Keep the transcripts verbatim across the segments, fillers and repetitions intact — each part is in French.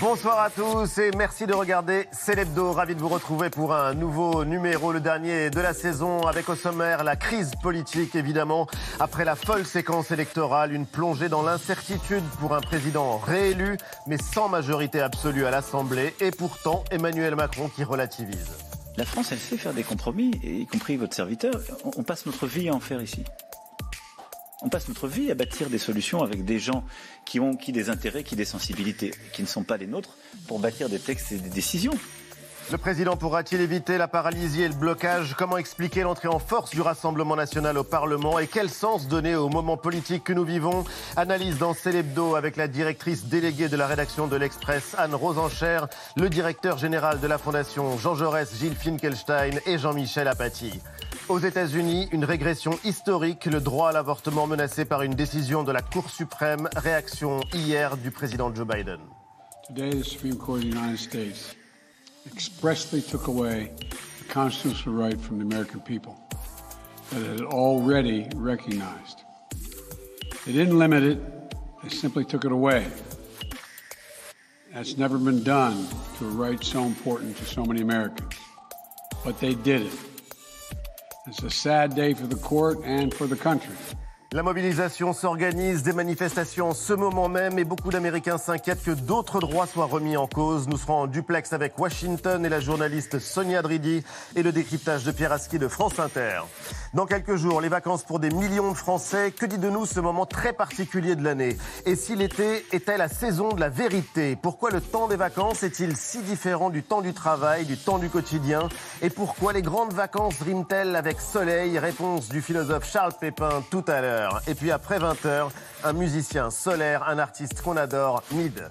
Bonsoir à tous et merci de regarder C'est l'Hebdo. Ravi de vous retrouver pour un nouveau numéro, le dernier de la saison, avec au sommaire la crise politique évidemment. Après la folle séquence électorale, une plongée dans l'incertitude pour un président réélu mais sans majorité absolue à l'Assemblée, et pourtant Emmanuel Macron qui relativise. La France, elle sait faire des compromis, y compris votre serviteur. On passe notre vie à en faire ici. On passe notre vie à bâtir des solutions avec des gens qui ont qui des intérêts, qui des sensibilités, qui ne sont pas les nôtres, pour bâtir des textes et des décisions. Le président pourra-t-il éviter la paralysie et le blocage? Comment expliquer l'entrée en force du Rassemblement national au Parlement? Et quel sens donner au moment politique que nous vivons? Analyse dans C'est l'Hebdo avec la directrice déléguée de la rédaction de l'Express, Anne Rosencher, le directeur général de la Fondation Jean Jaurès, Gilles Finkelstein, et Jean-Michel Apathy. Aux États-Unis, une régression historique, le droit à l'avortement menacé par une décision de la Cour suprême. Réaction hier du président Joe Biden. Today, the Supreme Court of the United States expressly took away the constitutional right from the American people that it had already recognized. They didn't limit it, they simply took it away. That's never been done to a right so important to so many Americans. But they did it. It's a sad day for the court and for the country. La mobilisation s'organise, des manifestations en ce moment même, et beaucoup d'Américains s'inquiètent que d'autres droits soient remis en cause. Nous serons en duplex avec Washington et la journaliste Sonia Dridi et le décryptage de Pierre Aski de France Inter. Dans quelques jours, les vacances pour des millions de Français. Que dit de nous ce moment très particulier de l'année? Et si l'été était la saison de la vérité? Pourquoi le temps des vacances est-il si différent du temps du travail, du temps du quotidien? Et pourquoi les grandes vacances riment-elles avec soleil? Réponse du philosophe Charles Pépin tout à l'heure. Et puis après vingt heures, un musicien solaire, un artiste qu'on adore, Mid.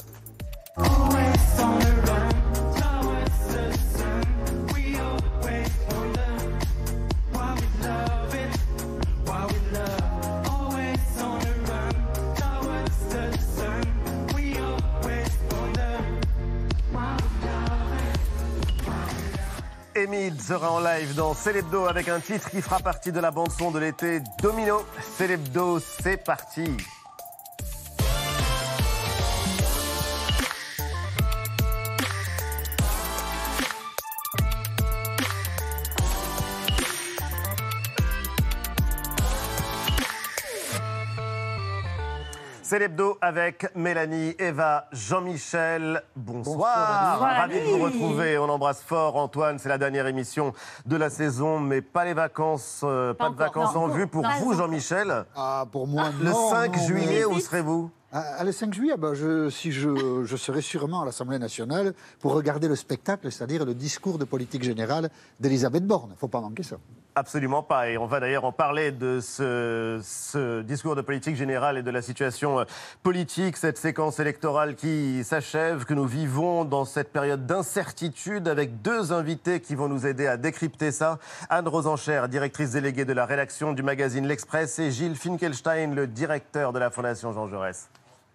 Et Mid sera en live dans C'est l'Hebdo avec un titre qui fera partie de la bande-son de l'été, Domino. C'est l'Hebdo, c'est parti. C'est l'Hebdo avec Mélanie, Eva, Jean-Michel. Bonsoir. Bonsoir. Ravi de vous retrouver. On embrasse fort Antoine. C'est la dernière émission de la saison, mais pas les vacances, euh, pas, pas de encore, vacances non, en vue pour vous, Jean-Michel. Ah, pour moi, Le non. cinq non, juillet, mais... où serez-vous? Ah, le cinq juillet, bah, je, si je, je serai sûrement à l'Assemblée nationale pour regarder le spectacle, c'est-à-dire le discours de politique générale d'Elisabeth Borne. Il ne faut pas manquer ça. Absolument pas. Et on va d'ailleurs en parler de ce, ce discours de politique générale et de la situation politique, cette séquence électorale qui s'achève, que nous vivons dans cette période d'incertitude, avec deux invités qui vont nous aider à décrypter ça. Anne Rosencher, directrice déléguée de la rédaction du magazine L'Express, et Gilles Finkelstein, le directeur de la Fondation Jean Jaurès.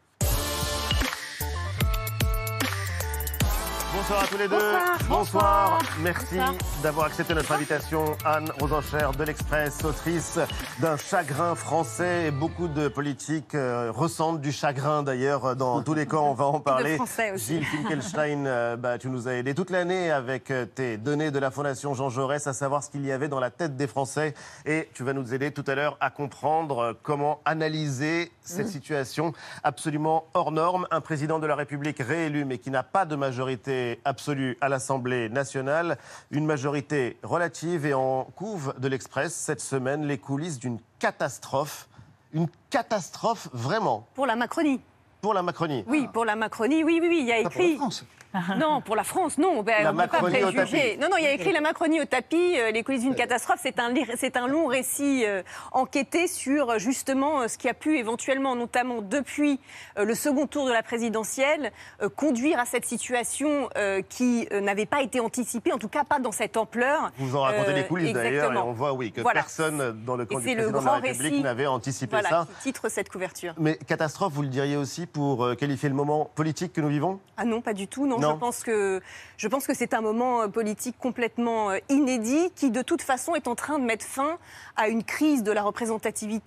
Bonsoir à tous les deux. Bonsoir. Bonsoir. Merci Bonsoir. d'avoir accepté notre invitation. Anne Rosencher de l'Express, autrice d'un chagrin français. Et beaucoup de politiques euh, ressentent du chagrin d'ailleurs dans tous les camps. On va en parler. De Français aussi. Gilles Finkelstein, euh, bah, tu nous as aidé toute l'année avec euh, tes données de la Fondation Jean Jaurès à savoir ce qu'il y avait dans la tête des Français. Et tu vas nous aider tout à l'heure à comprendre euh, comment analyser cette mmh. situation absolument hors norme. Un président de la République réélu mais qui n'a pas de majorité absolue à l'Assemblée nationale, une majorité relative, et en couve de l'Express cette semaine les coulisses d'une catastrophe, une catastrophe vraiment. Pour la Macronie. Pour la Macronie. Oui, pour la Macronie, oui, oui, oui, il y a Pas écrit... pour la France. Non, pour la France, non. Ben, La on ne peut pas Macronie au préjuger. tapis. Non, non, il y a écrit la Macronie au tapis, euh, les coulisses d'une catastrophe. C'est un, c'est un long récit euh, enquêté sur justement euh, ce qui a pu éventuellement, notamment depuis euh, le second tour de la présidentielle, euh, conduire à cette situation euh, qui euh, n'avait pas été anticipée, en tout cas pas dans cette ampleur. Vous en racontez Euh, les coulisses d'ailleurs, et exactement. on voit oui que Voilà. personne dans le camp Et du c'est le président de grand la République récit, n'avait anticipé voilà, ça. qui titre cette couverture. Mais catastrophe, vous le diriez aussi pour euh, qualifier le moment politique que nous vivons? Ah non, pas du tout. Non, Non. Je pense que je pense que c'est un moment euh, politique complètement euh, inédit qui, de toute façon, est en train de mettre fin à une crise de la représentativité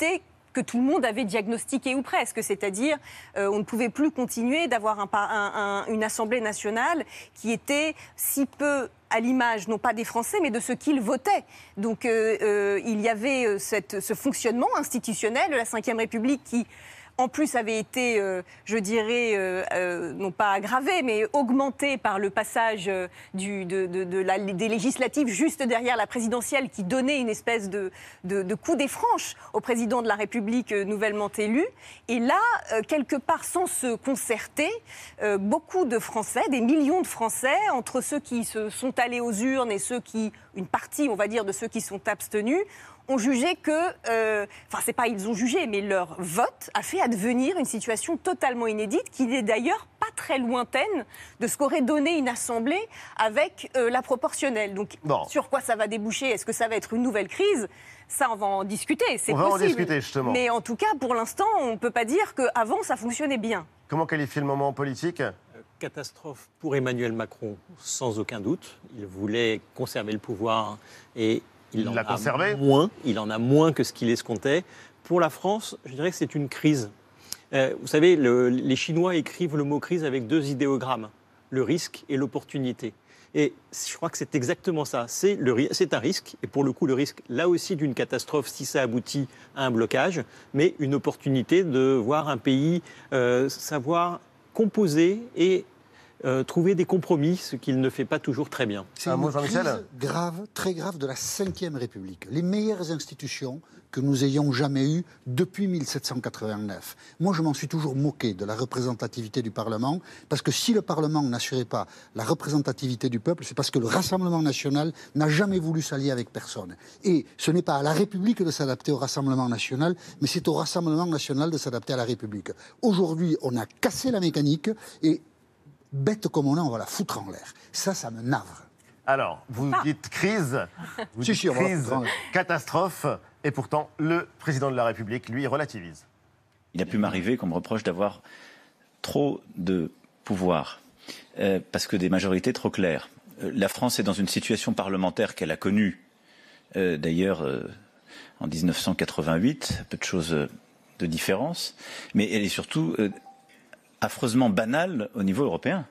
que tout le monde avait diagnostiqué ou presque, c'est-à-dire euh, on ne pouvait plus continuer d'avoir un, un, un, une Assemblée nationale qui était si peu à l'image, non pas des Français, mais de ceux qu'ils votaient. Donc euh, euh, il y avait cette, ce fonctionnement institutionnel de la cinquième République qui, en plus, avait été, euh, je dirais, euh, euh, non pas aggravé, mais augmenté par le passage euh, du, de, de, de la, des législatives juste derrière la présidentielle qui donnait une espèce de, de, de coup des franches au président de la République euh, nouvellement élu. Et là, euh, quelque part, sans se concerter, euh, beaucoup de Français, des millions de Français, entre ceux qui se sont allés aux urnes et ceux qui, une partie, on va dire, de ceux qui sont abstenus, ont jugé que, euh, enfin c'est pas ils ont jugé, mais leur vote a fait advenir une situation totalement inédite qui n'est d'ailleurs pas très lointaine de ce qu'aurait donné une assemblée avec euh, la proportionnelle. Donc bon. Sur quoi ça va déboucher? Est-ce que ça va être une nouvelle crise? Ça, on va en discuter, c'est possible. On va en discuter, justement. Mais en tout cas, pour l'instant, on ne peut pas dire qu'avant, ça fonctionnait bien. Comment qualifier le moment politique? Catastrophe pour Emmanuel Macron, sans aucun doute. Il voulait conserver le pouvoir et il, il en a conservé. moins. Il en a moins que ce qu'il escomptait. Pour la France, je dirais que c'est une crise. Euh, vous savez, le, les Chinois écrivent le mot crise avec deux idéogrammes, le risque et l'opportunité. Et je crois que c'est exactement ça. C'est, le, c'est un risque, et pour le coup, le risque, là aussi, d'une catastrophe, si ça aboutit à un blocage, mais une opportunité de voir un pays euh, savoir composer et Euh, trouver des compromis, ce qu'il ne fait pas toujours très bien. C'est une crise grave, très grave de la cinquième République. Les meilleures institutions que nous ayons jamais eues depuis mille sept cent quatre-vingt-neuf. Moi, je m'en suis toujours moqué de la représentativité du Parlement, parce que si le Parlement n'assurait pas la représentativité du peuple, c'est parce que le Rassemblement national n'a jamais voulu s'allier avec personne. Et ce n'est pas à la République de s'adapter au Rassemblement national, mais c'est au Rassemblement national de s'adapter à la République. Aujourd'hui, on a cassé la mécanique et bête comme on est, on va la foutre en l'air. Ça, ça me navre. Alors, vous ah. dites crise, vous si, dites si, crise, catastrophe, et pourtant, le président de la République, lui, relativise. Il a pu m'arriver qu'on me reproche d'avoir trop de pouvoir, euh, parce que des majorités trop claires. Euh, la France est dans une situation parlementaire qu'elle a connue, euh, d'ailleurs, euh, en dix-neuf cent quatre-vingt-huit, peu de choses euh, de différence, mais elle est surtout... Euh, affreusement banal au niveau européen.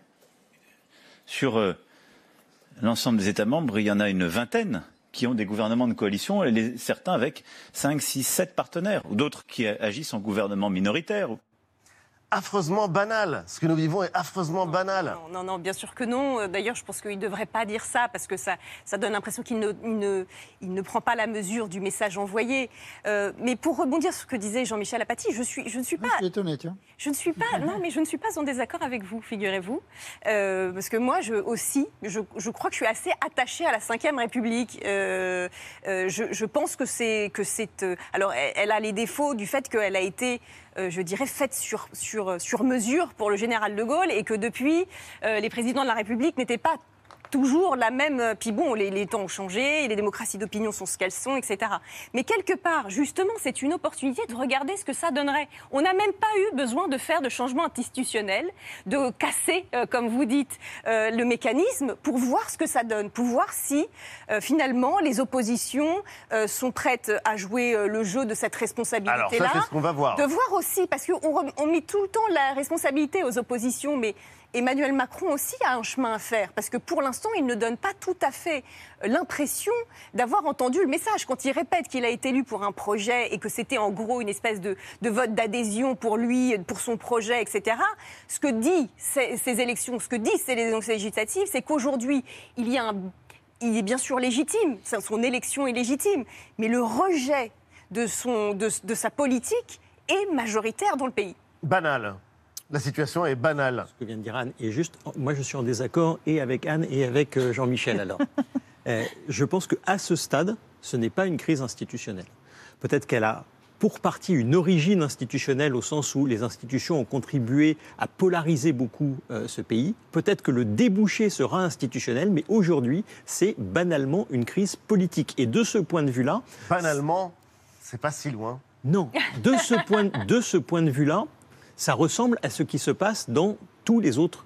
Sur euh, l'ensemble des États membres, il y en a une vingtaine qui ont des gouvernements de coalition, et les, certains avec cinq, six, sept partenaires, ou d'autres qui agissent en gouvernement minoritaire. Affreusement banal. Ce que nous vivons est affreusement non, banal. Non, non, non, bien sûr que non. D'ailleurs, je pense qu'il ne devrait pas dire ça, parce que ça, ça donne l'impression qu'il ne, il ne, il ne prend pas la mesure du message envoyé. Euh, mais pour rebondir sur ce que disait Jean-Michel Apathy, je, suis, je ne suis pas... Je suis étonné, tiens. Je ne suis pas... Non, mais je ne suis pas en désaccord avec vous, figurez-vous. Euh, parce que moi, je, aussi, je, je crois que je suis assez attachée à la cinquième République. Euh, euh, je, je pense que c'est... Que c'est euh, alors, elle, elle a les défauts du fait qu'elle a été... Euh, je dirais, faite sur, sur, sur mesure pour le général de Gaulle, et que depuis, euh, les présidents de la République n'étaient pas toujours la même... Puis bon, les, les temps ont changé, les démocraties d'opinion sont ce qu'elles sont, et cetera. Mais quelque part, justement, c'est une opportunité de regarder ce que ça donnerait. On n'a même pas eu besoin de faire de changements institutionnels, de casser, euh, comme vous dites, euh, le mécanisme pour voir ce que ça donne, pour voir si, euh, finalement, les oppositions euh, sont prêtes à jouer euh, le jeu de cette responsabilité-là. Alors ça, c'est ce qu'on va voir. De voir aussi, parce qu'on on met tout le temps la responsabilité aux oppositions, mais... Emmanuel Macron aussi a un chemin à faire, parce que pour l'instant, il ne donne pas tout à fait l'impression d'avoir entendu le message. Quand il répète qu'il a été élu pour un projet et que c'était en gros une espèce de, de vote d'adhésion pour lui, pour son projet, et cetera, ce que dit ces, ces élections, ce que disent ces élections législatives, c'est qu'aujourd'hui, il y a un... Il est bien sûr légitime, son élection est légitime, mais le rejet de, son, de, de sa politique est majoritaire dans le pays. Banal. La situation est banale. Ce que vient de dire Anne est juste. Moi, je suis en désaccord et avec Anne et avec euh, Jean-Michel. Alors, euh, je pense qu'à ce stade, ce n'est pas une crise institutionnelle. Peut-être qu'elle a pour partie une origine institutionnelle au sens où les institutions ont contribué à polariser beaucoup euh, ce pays. Peut-être que le débouché sera institutionnel, mais aujourd'hui, c'est banalement une crise politique. Et de ce point de vue-là... Banalement, c'est pas si loin. Non. De ce point, de ce point de vue-là, ça ressemble à ce qui se passe dans tous les autres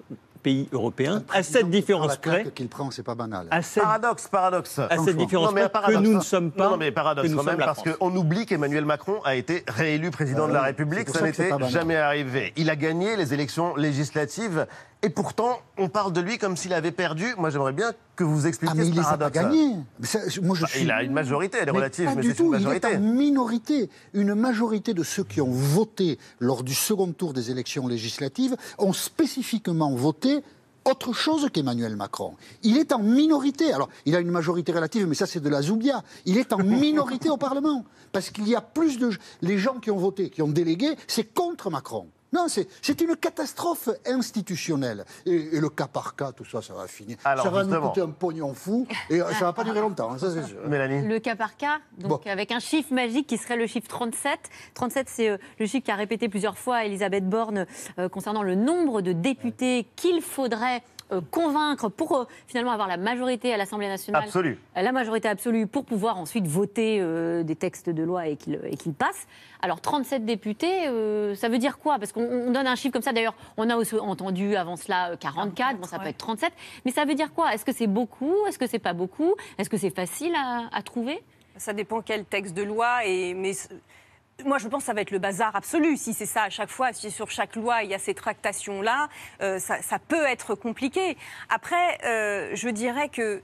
pays européens, à cette différence près. qu'il prend, c'est pas banal. À cette, paradoxe, paradoxe. À cette différence non, mais près paradoxe, que nous ne sommes pas. Non, mais paradoxe que nous quand même, sommes la parce France. qu'on oublie qu'Emmanuel Macron a été réélu président euh, de la République. Ça, ça n'était jamais arrivé. Il a gagné les élections législatives. Et pourtant, on parle de lui comme s'il avait perdu. Moi, j'aimerais bien que vous expliquiez ah, mais ce il paradoxe. Il les a pas gagnés. Mais ça, moi, je bah, suis... Il a une majorité, elle est mais relative, pas mais du c'est tout. une majorité. Il est en minorité. Une majorité de ceux qui ont voté lors du second tour des élections législatives ont spécifiquement voté autre chose qu'Emmanuel Macron. Il est en minorité. Alors, il a une majorité relative, mais ça, c'est de la zoubia. Il est en minorité au Parlement. Parce qu'il y a plus de... Les gens qui ont voté, qui ont délégué, c'est contre Macron. Non, c'est une catastrophe institutionnelle. Et, et le cas par cas, tout ça, ça va finir. Alors, ça va justement nous coûter un pognon fou et ça ne va pas durer longtemps, hein, ça c'est sûr. Mélanie. Le cas par cas, donc bon. Avec un chiffre magique qui serait le chiffre trente-sept. trente-sept, c'est euh, le chiffre qu'a répété plusieurs fois Elisabeth Borne euh, concernant le nombre de députés qu'il faudrait Euh, convaincre pour euh, finalement avoir la majorité à l'Assemblée nationale. Absolue. Euh, la majorité absolue pour pouvoir ensuite voter euh, des textes de loi et qu'ils et qu'ils passent. Alors trente-sept députés, euh, ça veut dire quoi? Parce qu'on donne un chiffre comme ça. D'ailleurs, on a aussi entendu avant cela quarante-quatre, bon ça peut être trente-sept. Mais ça veut dire quoi? Est-ce que c'est beaucoup? Est-ce que c'est pas beaucoup? Est-ce que c'est facile à, à trouver? Ça dépend quel texte de loi. Et, mais moi, je pense que ça va être le bazar absolu. Si c'est ça à chaque fois, si sur chaque loi, il y a ces tractations-là, euh, ça, ça peut être compliqué. Après, euh, je dirais que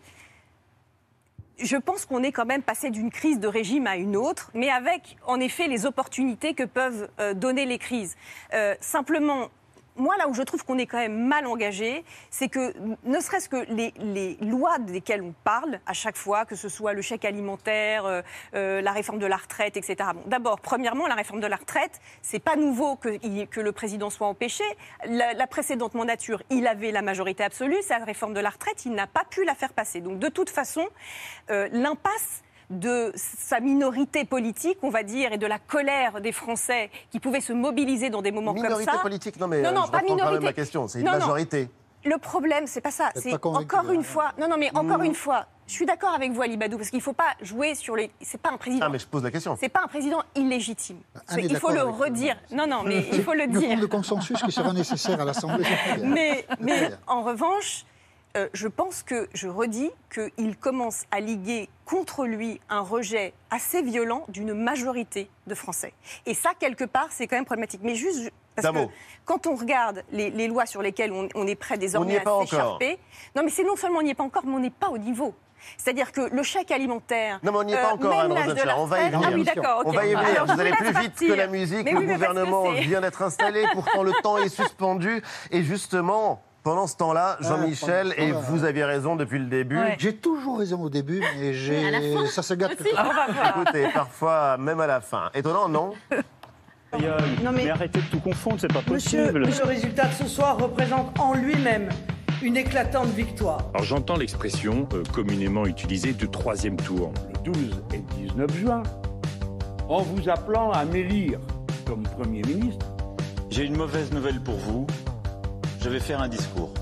je pense qu'on est quand même passé d'une crise de régime à une autre, mais avec, en effet, les opportunités que peuvent euh, donner les crises. Euh, simplement... Moi, là où je trouve qu'on est quand même mal engagé, c'est que, ne serait-ce que les, les lois desquelles on parle à chaque fois, que ce soit le chèque alimentaire, euh, euh, la réforme de la retraite, et cetera. Bon, d'abord, premièrement, la réforme de la retraite, c'est pas nouveau que, que le président soit empêché. La, la précédente mandature, il avait la majorité absolue. Cette réforme de la retraite, il n'a pas pu la faire passer. Donc, de toute façon, euh, l'impasse de sa minorité politique, on va dire, et de la colère des Français qui pouvaient se mobiliser dans des moments minorité comme ça. Minorité politique, non mais non, non, je pas reprends minorité. quand même ma question, c'est une non, majorité. Non. Le problème, c'est pas ça. C'est encore une fois. Non, non, mais encore mmh. une fois, je suis d'accord avec vous, Ali Badou, parce qu'il ne faut pas jouer sur les. C'est pas un président. Ah, mais je pose la question. C'est pas un président illégitime. Ah, il faut le redire. Vous. Non, non, mais il faut le dire. Le consensus qui sera nécessaire à l'Assemblée. Mais, mais en revanche. Euh, je pense que, je redis, qu'il commence à liguer contre lui un rejet assez violent d'une majorité de Français. Et ça, quelque part, c'est quand même problématique. Mais juste, parce que quand on regarde les, les lois sur lesquelles on, on est prêt désormais à s'écharper... Non, mais c'est non seulement on n'y est pas encore, mais on n'est pas au niveau. C'est-à-dire que le chèque alimentaire... Non, mais on n'y est pas euh, encore, Anne Rosenthal. On va y venir. Ah oui, d'accord. Okay. On va y venir. Vous allez plus vite que la musique. Mais le oui, gouvernement vient d'être installé. Pourtant, le temps est suspendu. Et justement... Pendant ce temps-là, Jean-Michel, et vous aviez raison depuis le début. Ouais. J'ai toujours raison au début, mais j'ai... ça se gâte. Écoutez, parfois, même à la fin. Étonnant, non euh, non mais... mais arrêtez de tout confondre, c'est pas possible. Monsieur, ce résultat de ce soir représente en lui-même une éclatante victoire. Alors j'entends l'expression euh, communément utilisée de troisième tour. Le douze et dix-neuf juin, en vous appelant à m'élire comme Premier ministre. J'ai une mauvaise nouvelle pour vous. Je vais faire un discours.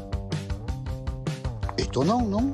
Étonnant, non?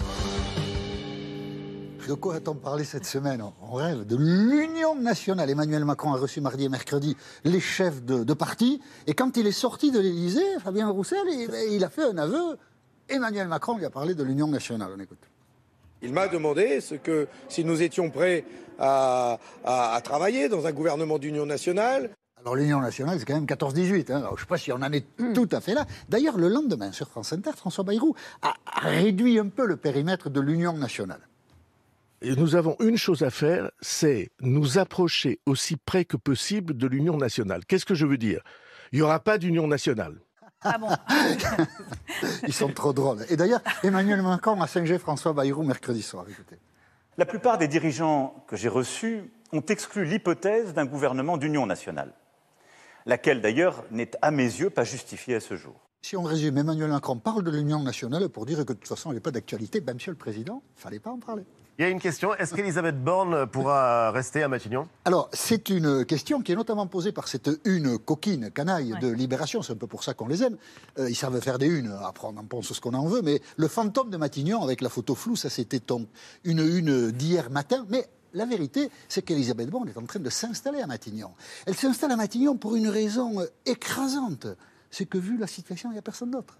De quoi a-t-on parlé cette semaine? On rêve de l'Union nationale. Emmanuel Macron a reçu mardi et mercredi les chefs de, de parti. Et quand il est sorti de l'Élysée, Fabien Roussel, il, il a fait un aveu. Emmanuel Macron lui a parlé de l'Union nationale. On écoute. Il m'a demandé ce que, si nous étions prêts à, à, à travailler dans un gouvernement d'union nationale. Alors l'Union nationale, c'est quand même quatorze dix-huit. Hein. Je ne sais pas si on en est tout à fait là. D'ailleurs, le lendemain, sur France Inter, François Bayrou a réduit un peu le périmètre de l'Union nationale. Et nous avons une chose à faire, c'est nous approcher aussi près que possible de l'Union nationale. Qu'est-ce que je veux dire? Il n'y aura pas d'Union nationale. Ah bon? Ils sont trop drôles. Et d'ailleurs, Emmanuel Macron a singé François Bayrou mercredi soir. Écoutez. La plupart des dirigeants que j'ai reçus ont exclu l'hypothèse d'un gouvernement d'union nationale, laquelle d'ailleurs n'est à mes yeux pas justifiée à ce jour. Si on résume, Emmanuel Macron parle de l'Union nationale pour dire que de toute façon elle n'est pas d'actualité. Ben, monsieur le Président, il ne fallait pas en parler. Il y a une question, est-ce qu'Elisabeth Borne pourra rester à Matignon? Alors, c'est une question qui est notamment posée par cette une coquine, canaille ouais. de Libération, c'est un peu pour ça qu'on les aime. Euh, ils savent faire des unes, après on en pense ce qu'on en veut, mais le fantôme de Matignon avec la photo floue, ça c'était une une d'hier matin, mais... La vérité, c'est qu'Elisabeth Borne est en train de s'installer à Matignon. Elle s'installe à Matignon pour une raison écrasante. C'est que, vu la situation, il n'y a personne d'autre.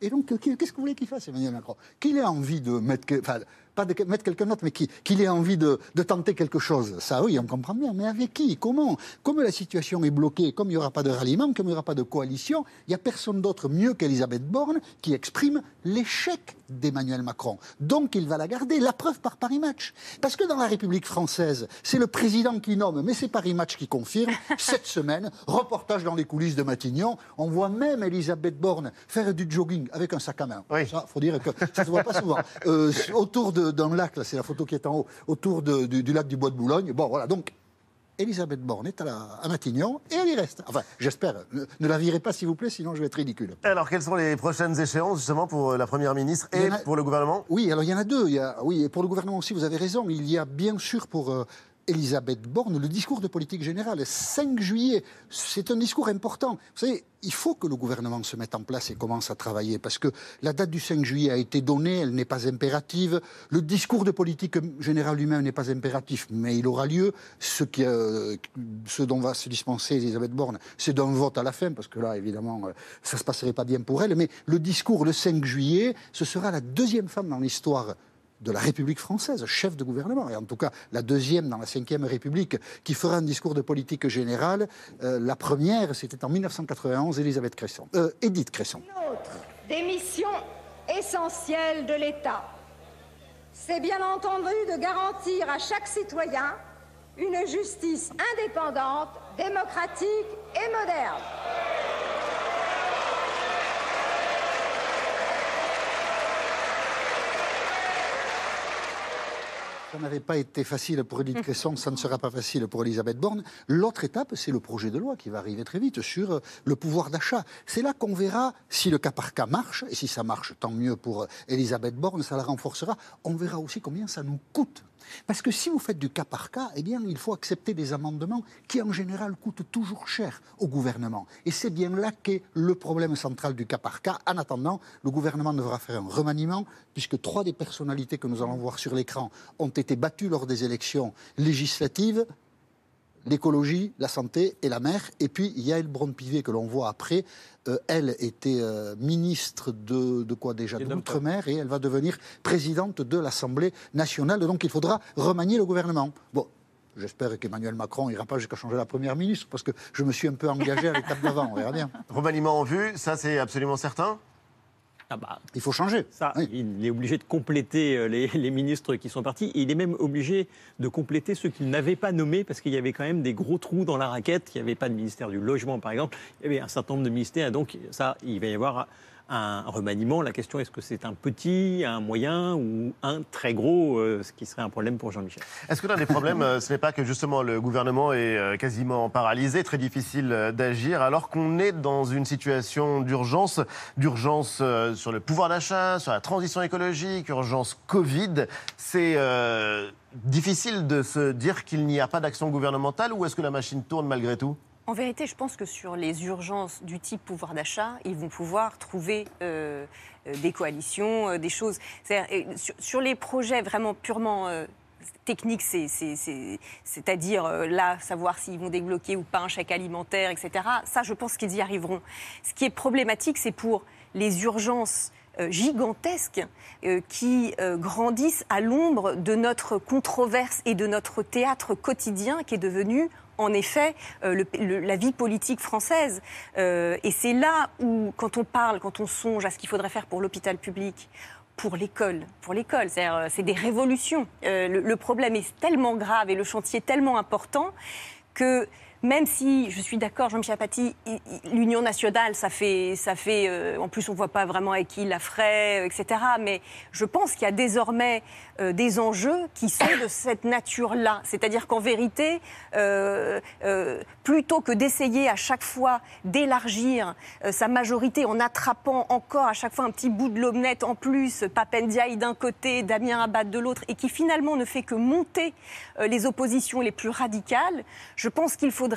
Et donc, qu'est-ce que vous voulez qu'il fasse, Emmanuel Macron? Qu'il ait envie de mettre... Enfin, pas de mettre quelqu'un d'autre, mais qu'il qu'il ait envie de, de tenter quelque chose. Ça, oui, on comprend bien. Mais avec qui? Comment? Comme la situation est bloquée, comme il n'y aura pas de ralliement, comme il n'y aura pas de coalition, il n'y a personne d'autre mieux qu'Elisabeth Borne qui exprime l'échec d'Emmanuel Macron. Donc, il va la garder. La preuve par Paris Match. Parce que dans la République française, c'est le président qui nomme, mais c'est Paris Match qui confirme. Cette semaine, reportage dans les coulisses de Matignon, on voit même Elisabeth Borne faire du jogging avec un sac à main. Oui. Ça, faut dire que ça se voit pas souvent. Euh, autour de dans le lac, là, c'est la photo qui est en haut, autour de, du, du lac du Bois de Boulogne. Bon, voilà, donc, Elisabeth Borne est à, la, à Matignon et elle y reste. Enfin, j'espère. Ne, ne la virez pas, s'il vous plaît, sinon je vais être ridicule. Alors, quelles sont les prochaines échéances, justement, pour la Première ministre et a, pour le gouvernement? Oui, alors il y en a deux. Il y a, oui, et pour le gouvernement aussi, vous avez raison. Il y a bien sûr pour... Euh, Elisabeth Borne, le discours de politique générale, cinq juillet, c'est un discours important. Vous savez, il faut que le gouvernement se mette en place et commence à travailler, parce que la date du cinq juillet a été donnée, elle n'est pas impérative. Le discours de politique générale lui-même n'est pas impératif, mais il aura lieu. Ce, qui, euh, ce dont va se dispenser Elisabeth Borne, c'est d'un vote à la fin, parce que là, évidemment, ça ne se passerait pas bien pour elle. Mais le discours le cinq juillet, ce sera la deuxième femme dans l'histoire de la République française, chef de gouvernement, et en tout cas la deuxième dans la cinquième République qui fera un discours de politique générale. Euh, la première, c'était en mille neuf cent quatre-vingt-onze, Elisabeth Cresson, euh, Édith Cresson. Une autre des missions essentielles de l'État, c'est bien entendu de garantir à chaque citoyen une justice indépendante, démocratique et moderne. Ça n'avait pas été facile pour Édith Cresson, ça ne sera pas facile pour Elisabeth Borne. L'autre étape, c'est le projet de loi qui va arriver très vite sur le pouvoir d'achat. C'est là qu'on verra si le cas par cas marche, et si ça marche, tant mieux pour Elisabeth Borne, ça la renforcera. On verra aussi combien ça nous coûte. Parce que si vous faites du cas par cas, eh bien, il faut accepter des amendements qui, en général, coûtent toujours cher au gouvernement. Et c'est bien là qu'est le problème central du cas par cas. En attendant, le gouvernement devra faire un remaniement, puisque trois des personnalités que nous allons voir sur l'écran ont été battues lors des élections législatives. L'écologie, la santé et la mer. Et puis, Yaël Braun-Pivet, que l'on voit après, euh, elle était euh, ministre de, de quoi déjà, de l'Outre-mer, et elle va devenir présidente de l'Assemblée nationale. Donc, il faudra remanier le gouvernement. Bon, j'espère qu'Emmanuel Macron n'ira pas jusqu'à changer la première ministre, parce que je me suis un peu engagé à l'étape d'avant, on verra bien. Remaniement en vue, ça c'est absolument certain? Ah bah, il faut changer. Ça, oui. Il est obligé de compléter les, les ministres qui sont partis. Et il est même obligé de compléter ceux qu'il n'avait pas nommés, parce qu'il y avait quand même des gros trous dans la raquette. Il n'y avait pas de ministère du logement, par exemple. Il y avait un certain nombre de ministères. Donc ça, il va y avoir un remaniement. La question, est-ce que c'est un petit, un moyen ou un très gros, euh, ce qui serait un problème pour Jean-Michel? Est-ce que l'un des problèmes, euh, ce n'est pas que justement le gouvernement est euh, quasiment paralysé, très difficile euh, d'agir, alors qu'on est dans une situation d'urgence, d'urgence euh, sur le pouvoir d'achat, sur la transition écologique, urgence Covid. C'est euh, difficile de se dire qu'il n'y a pas d'action gouvernementale, ou est-ce que la machine tourne malgré tout? En vérité, je pense que sur les urgences du type pouvoir d'achat, ils vont pouvoir trouver euh, des coalitions, euh, des choses. C'est-à-dire, sur, sur les projets vraiment purement euh, techniques, c'est, c'est, c'est, c'est-à-dire euh, là, savoir s'ils vont débloquer ou pas un chèque alimentaire, et cetera. Ça, je pense qu'ils y arriveront. Ce qui est problématique, c'est pour les urgences euh, gigantesques euh, qui euh, grandissent à l'ombre de notre controverse et de notre théâtre quotidien qui est devenu en effet, euh, le, le, la vie politique française. Euh, et c'est là où, quand on parle, quand on songe à ce qu'il faudrait faire pour l'hôpital public, pour l'école, pour l'école, c'est-à-dire, c'est des révolutions. Euh, le, le problème est tellement grave et le chantier tellement important que même si, je suis d'accord, Jean-Michel Apathy, l'Union nationale, ça fait... Ça fait euh, en plus, on ne voit pas vraiment avec qui il la ferait, et cetera. Mais je pense qu'il y a désormais euh, des enjeux qui sont de cette nature-là. C'est-à-dire qu'en vérité, euh, euh, plutôt que d'essayer à chaque fois d'élargir euh, sa majorité en attrapant encore à chaque fois un petit bout de l'omelette en plus, Pape Ndiaye d'un côté, Damien Abad de l'autre, et qui finalement ne fait que monter euh, les oppositions les plus radicales, je pense qu'il faudrait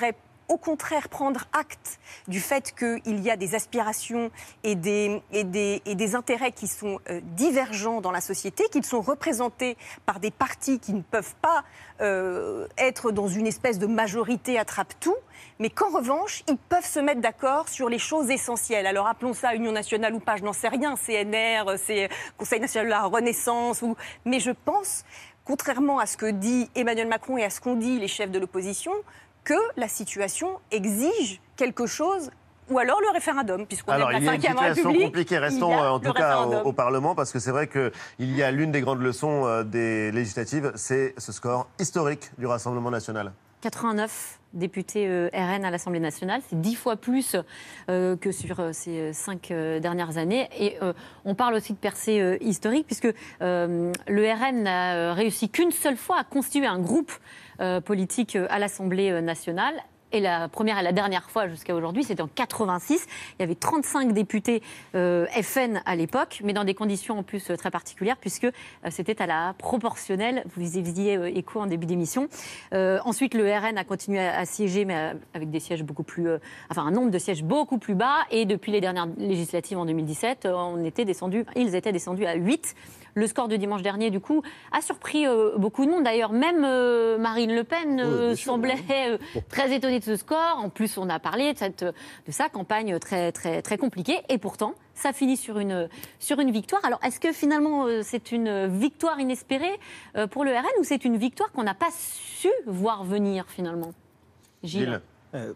au contraire prendre acte du fait qu'il y a des aspirations et des, et des, et des intérêts qui sont euh, divergents dans la société, qu'ils sont représentés par des partis qui ne peuvent pas euh, être dans une espèce de majorité attrape-tout, mais qu'en revanche, ils peuvent se mettre d'accord sur les choses essentielles. Alors appelons ça Union nationale ou pas, je n'en sais rien, C N R, c'est Conseil national de la Renaissance, ou... mais je pense, contrairement à ce que dit Emmanuel Macron et à ce qu'ont dit les chefs de l'opposition, que la situation exige quelque chose, ou alors le référendum, puisqu'on est de la cinquième République. Alors, il y a une situation compliquée, restons en tout cas au, au Parlement, parce que c'est vrai qu'il y a l'une des grandes leçons des législatives, c'est ce score historique du Rassemblement national. quatre-vingt-neuf députés euh, R N à l'Assemblée nationale, c'est dix fois plus euh, que sur euh, ces cinq euh, dernières années. Et euh, on parle aussi de percée euh, historique, puisque euh, le R N n'a euh, réussi qu'une seule fois à constituer un groupe euh, politique euh, à l'Assemblée nationale. Et la première et la dernière fois jusqu'à aujourd'hui, c'était en quatre-vingt-six. Il y avait trente-cinq députés euh, F N à l'époque, mais dans des conditions en plus euh, très particulières, puisque euh, c'était à la proportionnelle. Vous y faisiez euh, écho en début d'émission. Euh, ensuite, le R N a continué à, à siéger, mais à, avec des sièges beaucoup plus, euh, enfin un nombre de sièges beaucoup plus bas. Et depuis les dernières législatives en deux mille dix-sept, euh, on était descendu, ils étaient descendus à huit. Le score de dimanche dernier, du coup, a surpris euh, beaucoup de monde. D'ailleurs, même euh, Marine Le Pen euh, oui, semblait euh, très étonnée de ce score. En plus, on a parlé de, cette, de sa campagne très, très, très compliquée. Et pourtant, ça finit sur une, sur une victoire. Alors, est-ce que finalement, euh, c'est une victoire inespérée euh, pour le R N ou c'est une victoire qu'on n'a pas su voir venir, finalement ? Gilles, euh,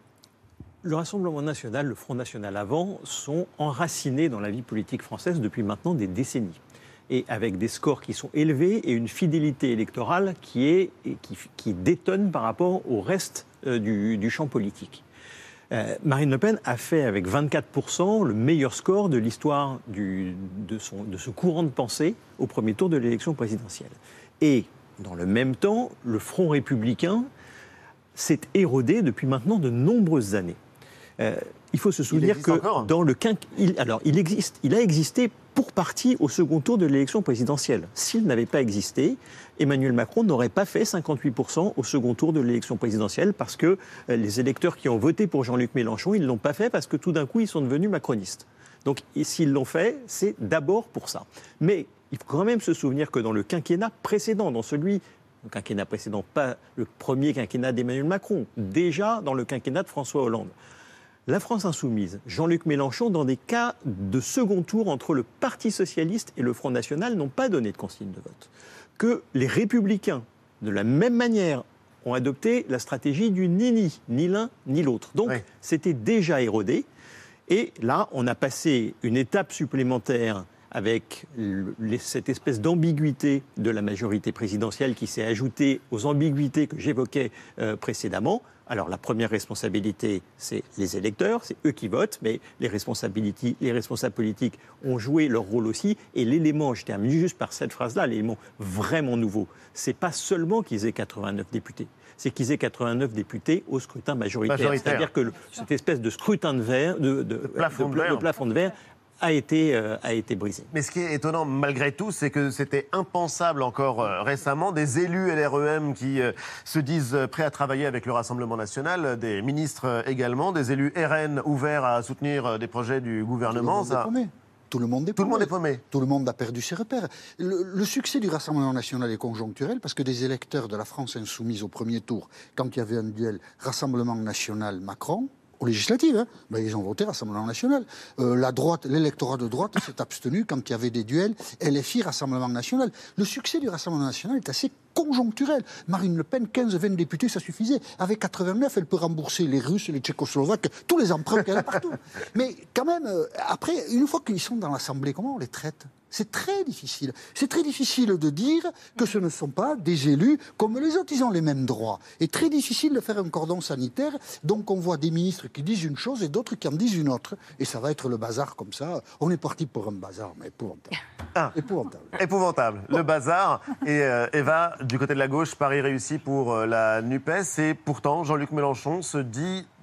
Le Rassemblement national, le Front national avant, sont enracinés dans la vie politique française depuis maintenant des décennies. Et avec des scores qui sont élevés et une fidélité électorale qui, est, qui, qui détonne par rapport au reste euh, du, du champ politique. Euh, Marine Le Pen a fait avec vingt-quatre pour cent le meilleur score de l'histoire du, de, son, de ce courant de pensée au premier tour de l'élection présidentielle. Et dans le même temps, le Front républicain s'est érodé depuis maintenant de nombreuses années. Euh, il faut se souvenir que encore. dans le quinquennat, il, alors il existe, il a existé pour partie au second tour de l'élection présidentielle. S'il n'avait pas existé, Emmanuel Macron n'aurait pas fait cinquante-huit pour cent au second tour de l'élection présidentielle parce que euh, les électeurs qui ont voté pour Jean-Luc Mélenchon, ils ne l'ont pas fait parce que tout d'un coup, ils sont devenus macronistes. Donc, s'ils l'ont fait, c'est d'abord pour ça. Mais il faut quand même se souvenir que dans le quinquennat précédent, dans celui, le quinquennat précédent, pas le premier quinquennat d'Emmanuel Macron, déjà dans le quinquennat de François Hollande, la France insoumise, Jean-Luc Mélenchon, dans des cas de second tour entre le Parti socialiste et le Front national, n'ont pas donné de consigne de vote. Que les Républicains, de la même manière, ont adopté la stratégie du ni-ni, ni l'un ni l'autre. Donc, oui. C'était déjà érodé. Et là, on a passé une étape supplémentaire avec le, les, cette espèce d'ambiguïté de la majorité présidentielle qui s'est ajoutée aux ambiguïtés que j'évoquais euh, précédemment. Alors, la première responsabilité, c'est les électeurs, c'est eux qui votent, mais les, responsabilités, les responsables politiques ont joué leur rôle aussi. Et l'élément, je termine juste par cette phrase-là, l'élément vraiment nouveau, c'est pas seulement qu'ils aient quatre-vingt-neuf députés, c'est qu'ils aient quatre-vingt-neuf députés au scrutin majoritaire. majoritaire. C'est-à-dire que le, cette espèce de scrutin de verre, de, de, de, plafond, de, de, de plafond de verre, a été, euh, a été brisé. Mais ce qui est étonnant malgré tout, c'est que c'était impensable encore euh, récemment. Des élus L R E M qui euh, se disent prêts à travailler avec le Rassemblement national, des ministres euh, également, des élus R N ouverts à soutenir euh, des projets du gouvernement. Tout le monde est paumé. Tout le monde est Tout le monde est paumé. Tout le monde a perdu ses repères. Le, le succès du Rassemblement national est conjoncturel parce que des électeurs de la France insoumise au premier tour, quand il y avait un duel Rassemblement national-Macron, aux législatives, hein, ben ils ont voté Rassemblement national. Euh, la droite, l'électorat de droite s'est abstenu quand il y avait des duels L F I, Rassemblement national. Le succès du Rassemblement national est assez conjoncturel. Marine Le Pen, quinze vingt députés, ça suffisait. Avec quatre-vingt-neuf, elle peut rembourser les Russes, les Tchécoslovaques, tous les emprunts qu'elle a partout. Mais quand même, euh, après, une fois qu'ils sont dans l'Assemblée, comment on les traite ? C'est très difficile. C'est très difficile de dire que ce ne sont pas des élus comme les autres. Ils ont les mêmes droits. Et très difficile de faire un cordon sanitaire. Donc on voit des ministres qui disent une chose et d'autres qui en disent une autre. Et ça va être le bazar comme ça. On est parti pour un bazar, mais épouvantable. Ah, épouvantable. Épouvantable. Le bazar. Et euh, Eva, du côté de la gauche, Paris réussi pour euh, la NUPES. Et pourtant, Jean-Luc Mélenchon se dit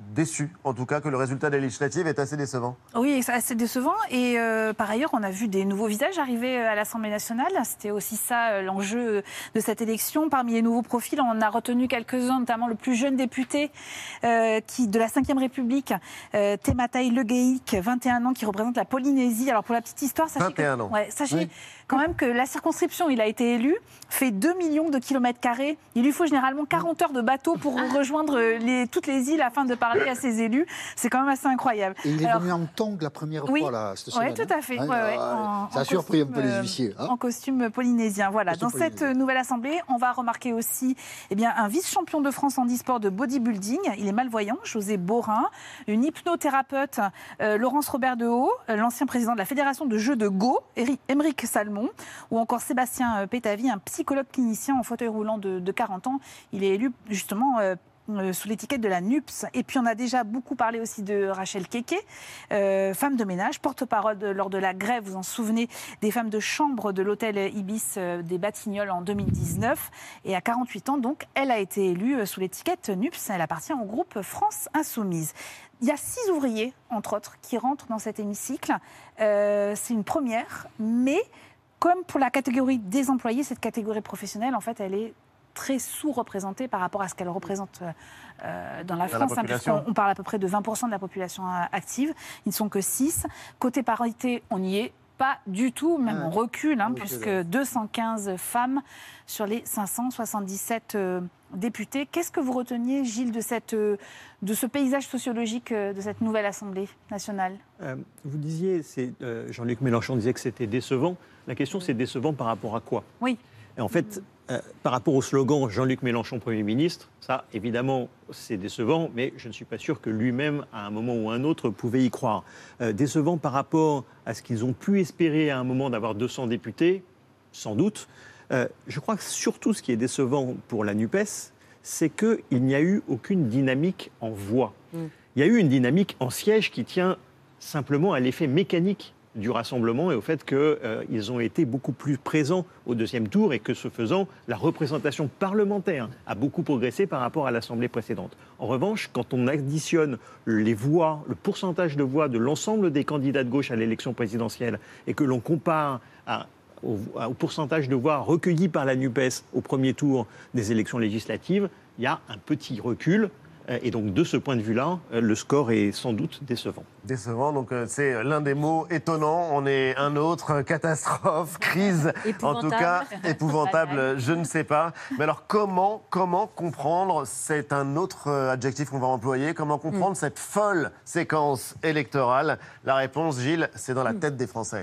déçus, en tout cas, que le résultat des législatives est assez décevant. Oui, c'est assez décevant. Et euh, par ailleurs, on a vu des nouveaux visages arriver à l'Assemblée nationale. C'était aussi ça euh, l'enjeu de cette élection. Parmi les nouveaux profils, on a retenu quelques-uns, notamment le plus jeune député euh, qui, de la cinquième République, euh, Tematai Legeik, vingt et un ans, qui représente la Polynésie. Alors pour la petite histoire, sachez, vingt et un que, ans. Ouais, sachez oui. quand même que la circonscription, il a été élu, fait deux millions de kilomètres carrés. Il lui faut généralement quarante heures de bateau pour rejoindre les, toutes les îles afin de parler à ses élus. C'est quand même assez incroyable. Et il est Alors, venu en tongue la première oui, fois, là, cette semaine. Oui, tout à fait. Ouais, ouais, en, ça a en surpris costume, un peu les huissiers. Hein, en costume polynésien. Voilà. costume Dans polynésien. cette nouvelle assemblée, on va remarquer aussi eh bien, un vice-champion de France handisport de bodybuilding. Il est malvoyant, José Borin. Une hypnothérapeute, euh, Laurence Robert de Haut. Euh, l'ancien président de la Fédération de jeux de Go, Émeric Salmon. Ou encore Sébastien Pétavy, un psychologue clinicien en fauteuil roulant de, de quarante ans. Il est élu justement euh, euh, sous l'étiquette de la N U P S. Et puis on a déjà beaucoup parlé aussi de Rachel Keke, euh, femme de ménage, porte-parole de, lors de la grève, vous en souvenez, des femmes de chambre de l'hôtel Ibis euh, des Batignolles en deux mille dix-neuf. Et à quarante-huit ans, donc, elle a été élue euh, sous l'étiquette N U P S. Elle appartient au groupe France Insoumise. Il y a six ouvriers, entre autres, qui rentrent dans cet hémicycle. Euh, c'est une première, mais comme pour la catégorie des employés, cette catégorie professionnelle, en fait, elle est très sous-représentée par rapport à ce qu'elle représente euh, dans la dans France, la hein, puisqu'on on parle à peu près de vingt pour cent de la population active. Ils ne sont que six. Côté parité, on n'y est pas du tout, même on recule, hein, puisque deux cent quinze femmes sur les cinq cent soixante-dix-sept euh, députés. Qu'est-ce que vous reteniez, Gilles, de, cette, euh, de ce paysage sociologique euh, de cette nouvelle Assemblée nationale ? euh, Vous disiez, c'est, euh, Jean-Luc Mélenchon disait que c'était décevant. La question, c'est décevant par rapport à quoi ? Oui. Et en fait, euh, par rapport au slogan Jean-Luc Mélenchon Premier ministre, ça, évidemment, c'est décevant, mais je ne suis pas sûr que lui-même, à un moment ou à un autre, pouvait y croire. Euh, décevant par rapport à ce qu'ils ont pu espérer à un moment d'avoir deux cents députés, sans doute. Euh, je crois que surtout ce qui est décevant pour la NUPES, c'est qu'il n'y a eu aucune dynamique en voix. Mm. Il y a eu une dynamique en siège qui tient simplement à l'effet mécanique du rassemblement et au fait qu'ils euh, ont été beaucoup plus présents au deuxième tour et que, ce faisant, la représentation parlementaire a beaucoup progressé par rapport à l'Assemblée précédente. En revanche, quand on additionne les voix, le pourcentage de voix de l'ensemble des candidats de gauche à l'élection présidentielle et que l'on compare à Au, au pourcentage de voix recueillies par la NUPES au premier tour des élections législatives, il y a un petit recul. Et donc, de ce point de vue-là, le score est sans doute décevant. Décevant, donc c'est l'un des mots étonnants. On est un autre, catastrophe, crise, en tout cas, épouvantable, je ne sais pas. Mais alors, comment, comment comprendre, c'est un autre adjectif qu'on va employer, comment comprendre mm. cette folle séquence électorale ? La réponse, Gilles, c'est dans la tête des Français.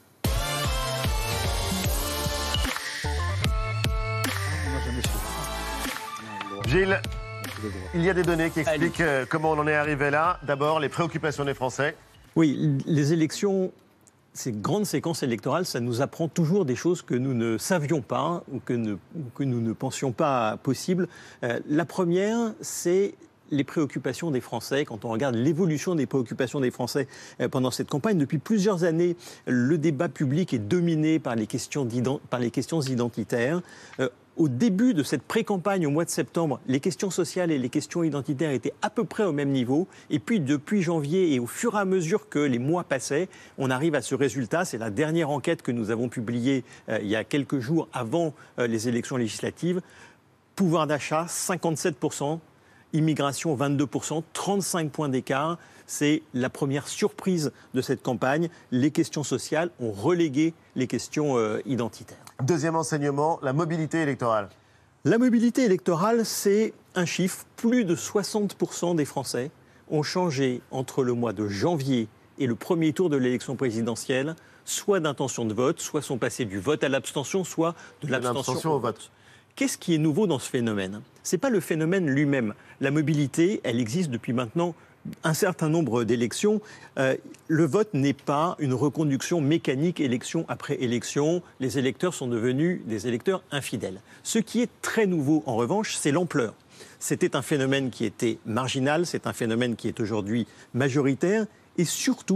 Gilles, il y a des données qui expliquent euh, comment on en est arrivé là. D'abord, les préoccupations des Français. Oui, les élections, ces grandes séquences électorales, ça nous apprend toujours des choses que nous ne savions pas ou que, ne, que nous ne pensions pas possibles. Euh, la première, c'est les préoccupations des Français. Quand on regarde l'évolution des préoccupations des Français euh, pendant cette campagne, depuis plusieurs années, le débat public est dominé par les questions, par les questions identitaires. Euh, Au début de cette pré-campagne, au mois de septembre, les questions sociales et les questions identitaires étaient à peu près au même niveau. Et puis, depuis janvier et au fur et à mesure que les mois passaient, on arrive à ce résultat. C'est la dernière enquête que nous avons publiée euh, il y a quelques jours avant euh, les élections législatives. Pouvoir d'achat, cinquante-sept pour cent. Immigration, vingt-deux pour cent. trente-cinq points d'écart. C'est la première surprise de cette campagne. Les questions sociales ont relégué les questions euh, identitaires. Deuxième enseignement, la mobilité électorale. La mobilité électorale, c'est un chiffre. Plus de soixante pour cent des Français ont changé entre le mois de janvier et le premier tour de l'élection présidentielle, soit d'intention de vote, soit sont passés du vote à l'abstention, soit de l'abstention au vote. Qu'est-ce qui est nouveau dans ce phénomène ? Ce n'est pas le phénomène lui-même. La mobilité, elle existe depuis maintenant un certain nombre d'élections. Euh, le vote n'est pas une reconduction mécanique élection après élection. Les électeurs sont devenus des électeurs infidèles. Ce qui est très nouveau, en revanche, c'est l'ampleur. C'était un phénomène qui était marginal, c'est un phénomène qui est aujourd'hui majoritaire. Et surtout,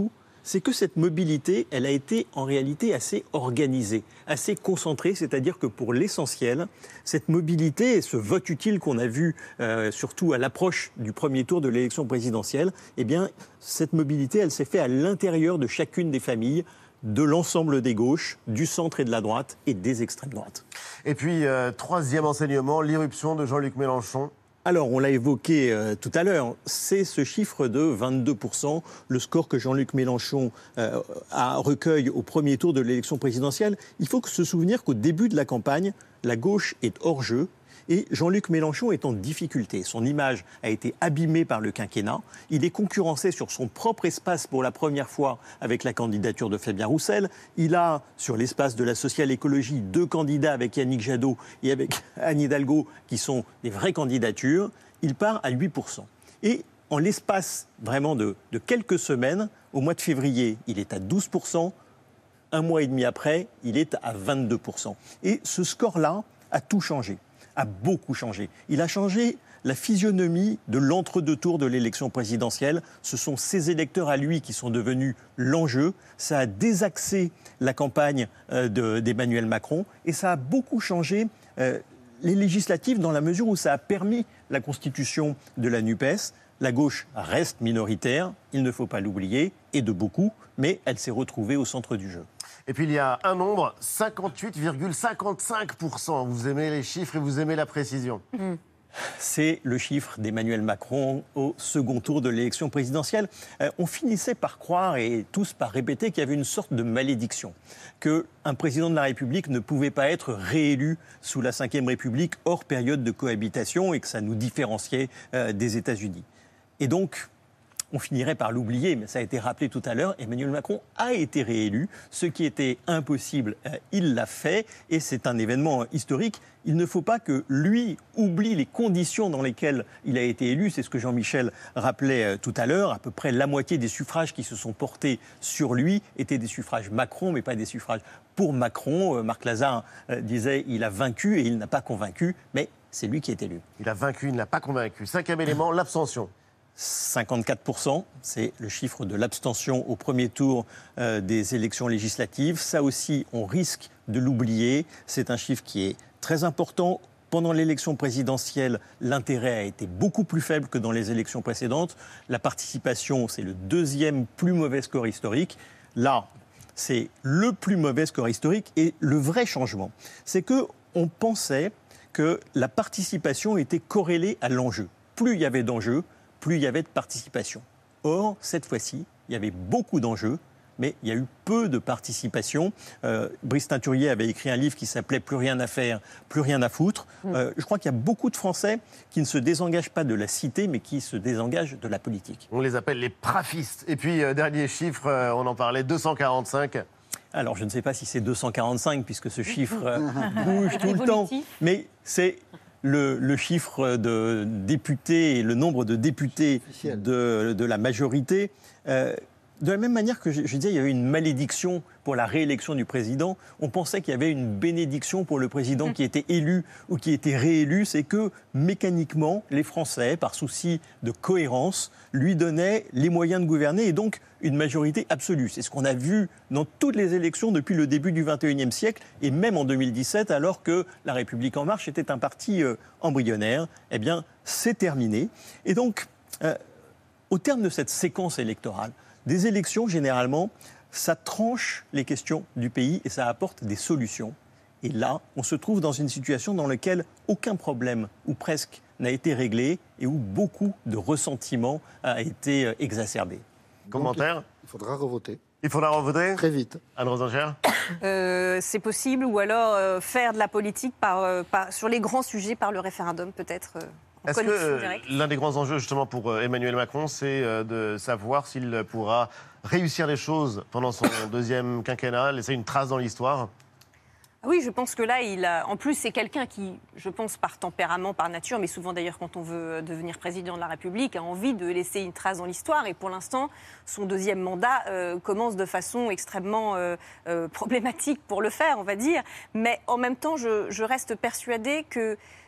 c'est que cette mobilité, elle a été en réalité assez organisée, assez concentrée, c'est-à-dire que pour l'essentiel, cette mobilité et ce vote utile qu'on a vu, euh, surtout à l'approche du premier tour de l'élection présidentielle, eh bien, cette mobilité, elle s'est faite à l'intérieur de chacune des familles, de l'ensemble des gauches, du centre et de la droite et des extrêmes droites. Et puis, euh, troisième enseignement, l'irruption de Jean-Luc Mélenchon. Alors, on l'a évoqué euh, tout à l'heure, c'est ce chiffre de vingt-deux pour cent, le score que Jean-Luc Mélenchon euh, a recueilli au premier tour de l'élection présidentielle. Il faut se souvenir qu'au début de la campagne, la gauche est hors jeu et Jean-Luc Mélenchon est en difficulté. Son image a été abîmée par le quinquennat. Il est concurrencé sur son propre espace pour la première fois avec la candidature de Fabien Roussel. Il a, sur l'espace de la social-écologie, deux candidats avec Yannick Jadot et avec Anne Hidalgo qui sont des vraies candidatures. Il part à huit pour cent. Et en l'espace vraiment de, de quelques semaines, au mois de février, il est à douze pour cent. Un mois et demi après, il est à vingt-deux pour cent. Et ce score-là a tout changé. a beaucoup changé. Il a changé la physionomie de l'entre-deux tours de l'élection présidentielle. Ce sont ces électeurs à lui qui sont devenus l'enjeu. Ça a désaxé la campagne euh, de, d'Emmanuel Macron et ça a beaucoup changé euh, les législatives dans la mesure où ça a permis la constitution de la NUPES. La gauche reste minoritaire, il ne faut pas l'oublier, et de beaucoup, mais elle s'est retrouvée au centre du jeu. Et puis il y a un nombre, cinquante-huit virgule cinquante-cinq pour cent. Vous aimez les chiffres et vous aimez la précision. Mmh. C'est le chiffre d'Emmanuel Macron au second tour de l'élection présidentielle. Euh, on finissait par croire, et tous par répéter, qu'il y avait une sorte de malédiction, qu'un président de la République ne pouvait pas être réélu sous la cinquième République hors période de cohabitation et que ça nous différenciait euh, des États-Unis. Et donc, on finirait par l'oublier, mais ça a été rappelé tout à l'heure, Emmanuel Macron a été réélu. Ce qui était impossible, il l'a fait, et c'est un événement historique. Il ne faut pas que lui oublie les conditions dans lesquelles il a été élu. C'est ce que Jean-Michel rappelait tout à l'heure. À peu près la moitié des suffrages qui se sont portés sur lui étaient des suffrages Macron, mais pas des suffrages pour Macron. Marc Lazare disait il a vaincu et il n'a pas convaincu, mais c'est lui qui est élu. Il a vaincu, il n'a pas convaincu. Cinquième élément, l'abstention. cinquante-quatre pour cent, c'est le chiffre de l'abstention au premier tour euh, des élections législatives. Ça aussi, on risque de l'oublier. C'est un chiffre qui est très important. Pendant l'élection présidentielle, l'intérêt a été beaucoup plus faible que dans les élections précédentes. La participation, c'est le deuxième plus mauvais score historique. Là, c'est le plus mauvais score historique. Et le vrai changement, c'est qu'on pensait que la participation était corrélée à l'enjeu. Plus il y avait d'enjeux, plus il y avait de participation. Or, cette fois-ci, il y avait beaucoup d'enjeux, mais il y a eu peu de participation. Euh, Brice Teinturier avait écrit un livre qui s'appelait « Plus rien à faire, plus rien à foutre ». Euh, je crois qu'il y a beaucoup de Français qui ne se désengagent pas de la cité, mais qui se désengagent de la politique. On les appelle les prafistes. Et puis, euh, dernier chiffre, euh, on en parlait, deux cent quarante-cinq. Alors, je ne sais pas si c'est deux cent quarante-cinq, puisque ce chiffre euh, bouge tout le temps, mais c'est... Le, le chiffre de députés et le nombre de députés de, de la majorité. Euh, de la même manière que je, je disais, il y avait une malédiction pour la réélection du président. On pensait qu'il y avait une bénédiction pour le président qui était élu ou qui était réélu. C'est que mécaniquement, les Français, par souci de cohérence, lui donnaient les moyens de gouverner et donc une majorité absolue. C'est ce qu'on a vu dans toutes les élections depuis le début du vingt et unième siècle et même en deux mille dix-sept, alors que La République En Marche était un parti euh, embryonnaire. Eh bien, c'est terminé. Et donc, euh, au terme de cette séquence électorale, des élections, généralement, ça tranche les questions du pays et ça apporte des solutions. Et là, on se trouve dans une situation dans laquelle aucun problème, ou presque, n'a été réglé et où beaucoup de ressentiment a été exacerbé. Commentaire ? Donc, il faudra revoter. Il faudra revoter ? Très vite. Anne Rosengère ? euh, C'est possible, ou alors euh, faire de la politique par, euh, par, sur les grands sujets par le référendum, peut-être. Euh... Est-ce que euh, l'un des grands enjeux justement pour euh, Emmanuel Macron, c'est euh, de savoir s'il pourra réussir les choses pendant son deuxième quinquennat, laisser une trace dans l'histoire ? Oui, je pense que là, il a... en plus, c'est quelqu'un qui, je pense, par tempérament, par nature, mais souvent d'ailleurs quand on veut devenir président de la République, a envie de laisser une trace dans l'histoire. Et pour l'instant, son deuxième mandat euh, commence de façon extrêmement euh, euh, problématique pour le faire, on va dire. Mais en même temps, je, je reste persuadée que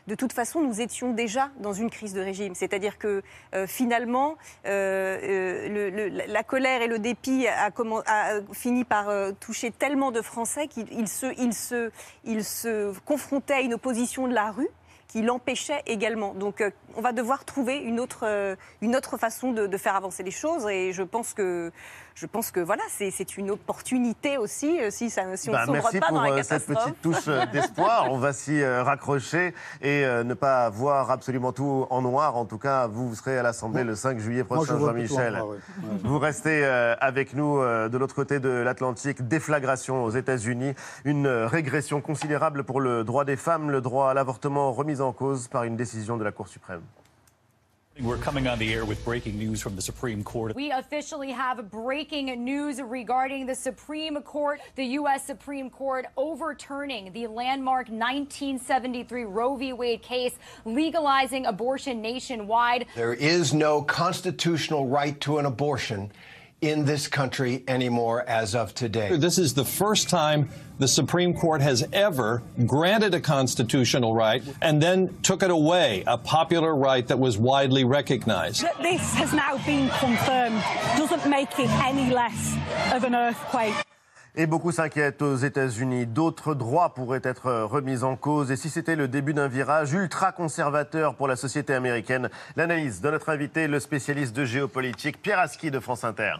de toute façon, nous étions déjà dans une crise de régime. C'est-à-dire que euh, finalement, euh, euh, le, le, la colère et le dépit a, comment, a fini par euh, toucher tellement de Français qu'ils se, ils se, ils se confrontaient à une opposition de la rue qui l'empêchait également. Donc euh, on va devoir trouver une autre, euh, une autre façon de, de faire avancer les choses et je pense que, je pense que voilà, c'est, c'est une opportunité aussi euh, si, ça, si on ne bah, sombre pas dans la catastrophe. Merci pour cette petite touche d'espoir. On va s'y euh, raccrocher et euh, ne pas voir absolument tout en noir. En tout cas, vous, vous serez à l'Assemblée le cinq juillet prochain, Jean-Michel. Noir, ouais. Ouais. Vous restez euh, avec nous euh, de l'autre côté de l'Atlantique. Déflagration aux États-Unis. Une euh, régression considérable pour le droit des femmes, le droit à l'avortement remis en cause par une décision de la Cour suprême. We're coming on the air with breaking news from the Supreme Court. We officially have breaking news regarding the Supreme Court, the U S Supreme Court overturning the landmark nineteen seventy-three Roe v. Wade case, legalizing abortion nationwide. There is no constitutional right to an abortion in this country anymore as of today. This is the first time the Supreme Court has ever granted a constitutional right and then took it away, a popular right that was widely recognized. That this has now been confirmed doesn't make it any less of an earthquake. Et beaucoup s'inquiètent aux États-Unis. D'autres droits pourraient être remis en cause. Et si c'était le début d'un virage ultra-conservateur pour la société américaine? L'analyse de notre invité, le spécialiste de géopolitique, Pierre Aski de France Inter.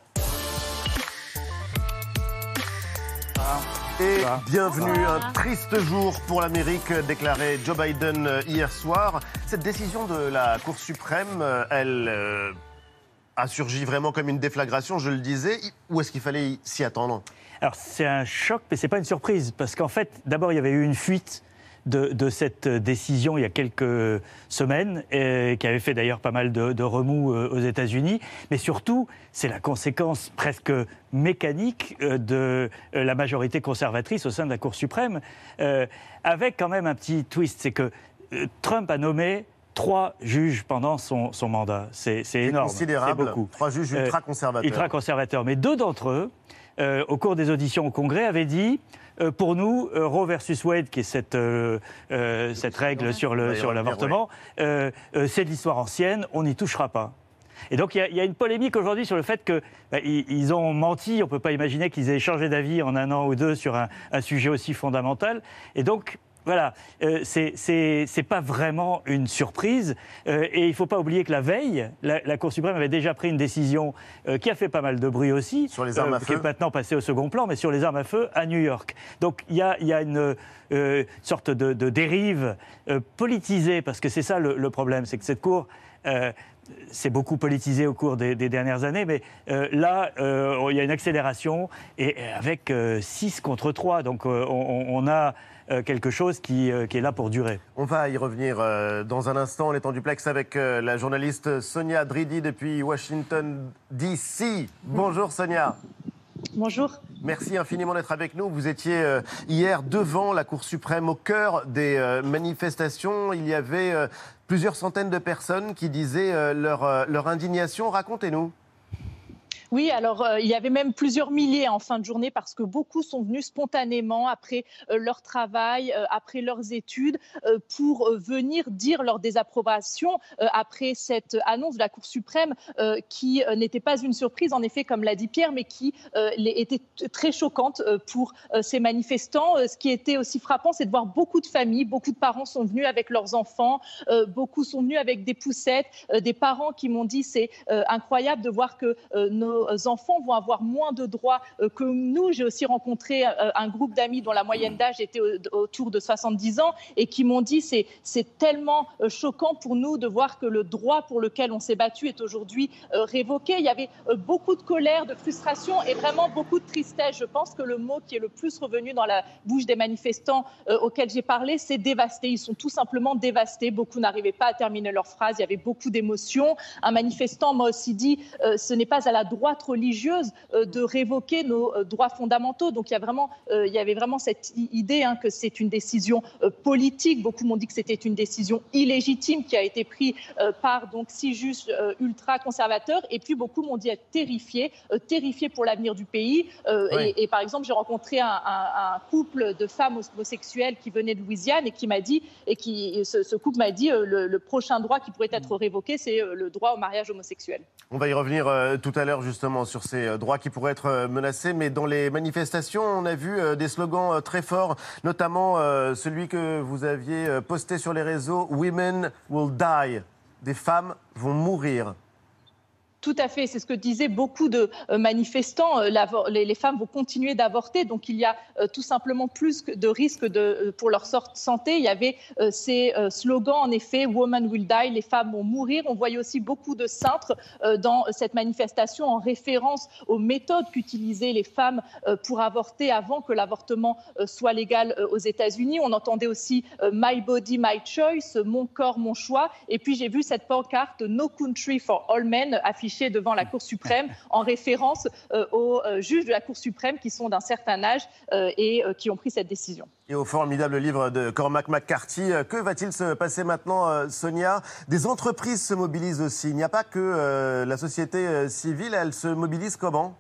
Et bienvenue, un triste jour pour l'Amérique, déclarait Joe Biden hier soir. Cette décision de la Cour suprême, elle euh, a surgi vraiment comme une déflagration, je le disais. Où est-ce qu'il fallait s'y attendre? Alors c'est un choc, mais c'est pas une surprise, parce qu'en fait, d'abord il y avait eu une fuite de, de cette décision il y a quelques semaines, et, qui avait fait d'ailleurs pas mal de, de remous euh, aux États-Unis, mais surtout c'est la conséquence presque mécanique euh, de euh, la majorité conservatrice au sein de la Cour suprême, euh, avec quand même un petit twist, c'est que euh, Trump a nommé trois juges pendant son, son mandat. C'est, c'est énorme. C'est considérable. C'est beaucoup. Trois juges ultra-conservateurs. Euh, ultra-conservateurs. Mais deux d'entre eux, euh, au cours des auditions au Congrès, avaient dit euh, pour nous, euh, Roe versus Wade, qui est cette, euh, euh, cette règle sur, le, sur l'avortement, euh, euh, c'est de l'histoire ancienne, on n'y touchera pas. Et donc il y, y a une polémique aujourd'hui sur le fait qu'ils bah, ils ont menti. On ne peut pas imaginer qu'ils aient changé d'avis en un an ou deux sur un, un sujet aussi fondamental. Et donc voilà, euh, c'est, c'est, c'est pas vraiment une surprise. Euh, et il ne faut pas oublier que la veille, la, la Cour suprême avait déjà pris une décision euh, qui a fait pas mal de bruit aussi, sur les armes euh, à qui feu. est maintenant passée au second plan, mais sur les armes à feu à New York. Donc il y a, y a une euh, sorte de, de dérive euh, politisée, parce que c'est ça le, le problème, c'est que cette Cour... Euh, c'est beaucoup politisé au cours des, des dernières années, mais euh, là, euh, il y a une accélération, et avec euh, six contre trois, donc euh, on, on a euh, quelque chose qui, euh, qui est là pour durer. On va y revenir euh, dans un instant. On est en duplex avec euh, la journaliste Sonia Dridi depuis Washington, D C. Bonjour Sonia. Bonjour. Merci infiniment d'être avec nous. Vous étiez euh, hier devant la Cour suprême, au cœur des euh, manifestations. Il y avait euh, plusieurs centaines de personnes qui disaient euh, leur, euh, leur indignation. Racontez-nous. Oui, alors euh, il y avait même plusieurs milliers en fin de journée parce que beaucoup sont venus spontanément après euh, leur travail, euh, après leurs études, euh, pour euh, venir dire leur désapprobation euh, après cette annonce de la Cour suprême euh, qui euh, n'était pas une surprise, en effet, comme l'a dit Pierre, mais qui euh, était t- très choquante euh, pour euh, ces manifestants. Euh, ce qui était aussi frappant, c'est de voir beaucoup de familles, beaucoup de parents sont venus avec leurs enfants, euh, beaucoup sont venus avec des poussettes, euh, des parents qui m'ont dit c'est euh, incroyable de voir que euh, nos enfants vont avoir moins de droits que nous. J'ai aussi rencontré un groupe d'amis dont la moyenne d'âge était autour de soixante-dix ans et qui m'ont dit c'est c'est tellement choquant pour nous de voir que le droit pour lequel on s'est battu est aujourd'hui révoqué. Il y avait beaucoup de colère, de frustration et vraiment beaucoup de tristesse. Je pense que le mot qui est le plus revenu dans la bouche des manifestants auxquels j'ai parlé, c'est dévasté. Ils sont tout simplement dévastés. Beaucoup n'arrivaient pas à terminer leur phrase. Il y avait beaucoup d'émotions. Un manifestant m'a aussi dit euh, ce n'est pas à la droite droite religieuse euh, de révoquer nos euh, droits fondamentaux. Donc il y a vraiment, euh, il y avait vraiment cette idée hein, que c'est une décision euh, politique. Beaucoup m'ont dit que c'était une décision illégitime qui a été prise euh, par donc six juges euh, ultra conservateurs. Et puis beaucoup m'ont dit être terrifiés, euh, terrifiés pour l'avenir du pays. Euh, oui. et, et par exemple, j'ai rencontré un, un, un couple de femmes homosexuelles qui venaient de Louisiane et qui m'a dit, et qui et ce, ce couple m'a dit, euh, le, le prochain droit qui pourrait être révoqué, c'est euh, le droit au mariage homosexuel. On va y revenir euh, tout à l'heure justement sur ces euh, droits qui pourraient être euh, menacés, mais dans les manifestations, on a vu euh, des slogans euh, très forts, notamment euh, celui que vous aviez euh, posté sur les réseaux, « Women will die », des femmes vont mourir. Tout à fait, c'est ce que disaient beaucoup de manifestants. Les femmes vont continuer d'avorter, donc il y a tout simplement plus de risques de, pour leur santé. Il y avait ces slogans, en effet, « Women will die », les femmes vont mourir. On voyait aussi beaucoup de cintres dans cette manifestation en référence aux méthodes qu'utilisaient les femmes pour avorter avant que l'avortement soit légal aux États-Unis. On entendait aussi « My body, my choice »,« Mon corps, mon choix ». Et puis j'ai vu cette pancarte « No country for all men » affichée devant la Cour suprême en référence euh, aux euh, juges de la Cour suprême qui sont d'un certain âge euh, et euh, qui ont pris cette décision. Et au formidable livre de Cormac McCarthy, que va-t-il se passer maintenant, euh, Sonia? Des entreprises se mobilisent aussi. Il n'y a pas que euh, la société euh, civile, elle se mobilise comment?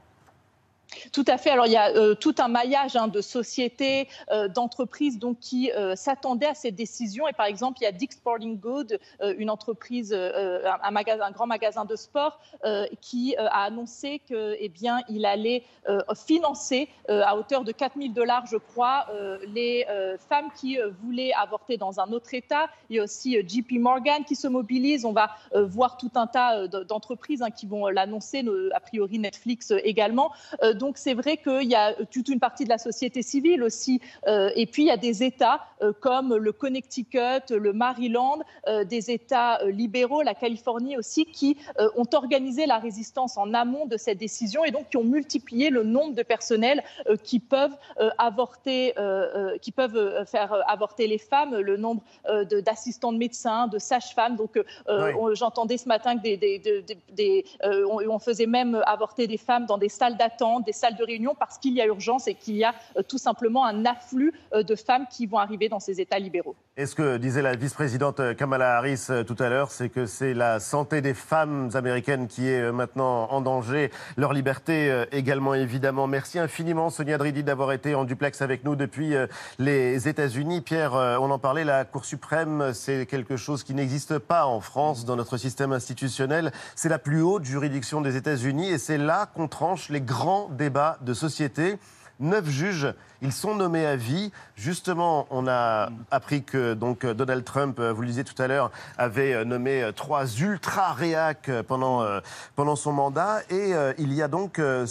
Tout à fait. Alors, il y a euh, tout un maillage hein, de sociétés, euh, d'entreprises donc, qui euh, s'attendaient à cette décision. Et par exemple, il y a Dick's Sporting Goods, euh, une entreprise, euh, un, magasin, un grand magasin de sport, euh, qui euh, a annoncé qu'il eh bien, il allait euh, financer euh, à hauteur de quatre mille dollars, je crois, euh, les euh, femmes qui euh, voulaient avorter dans un autre État. Il y a aussi euh, J P Morgan qui se mobilise. On va euh, voir tout un tas euh, d'entreprises hein, qui vont l'annoncer, a priori Netflix euh, également. Euh, Donc c'est vrai qu'il y a toute une partie de la société civile aussi. Euh, et puis il y a des États euh, comme le Connecticut, le Maryland, euh, des États euh, libéraux, la Californie aussi, qui euh, ont organisé la résistance en amont de cette décision et donc qui ont multiplié le nombre de personnels euh, qui peuvent euh, avorter, euh, euh, qui peuvent euh, faire avorter les femmes, le nombre euh, d'assistants de, de médecins, de sages-femmes. Donc euh, oui. J'entendais ce matin que des, des, des, des, euh, on, on faisait même avorter des femmes dans des salles d'attente, des salles de réunion parce qu'il y a urgence et qu'il y a euh, tout simplement un afflux euh, de femmes qui vont arriver dans ces États libéraux. Et ce que disait la vice-présidente Kamala Harris euh, tout à l'heure, c'est que c'est la santé des femmes américaines qui est euh, maintenant en danger, leur liberté euh, également évidemment. Merci infiniment Sonia Dridi d'avoir été en duplex avec nous depuis euh, les États-Unis. Pierre, euh, on en parlait, la Cour suprême, c'est quelque chose qui n'existe pas en France dans notre système institutionnel. C'est la plus haute juridiction des États-Unis et c'est là qu'on tranche les grands débats de société. Neuf juges, ils sont nommés à vie. Justement, on a appris que donc, Donald Trump, vous le disiez tout à l'heure, avait nommé trois ultra-réacs pendant, euh, pendant son mandat. Et euh, il y a donc euh,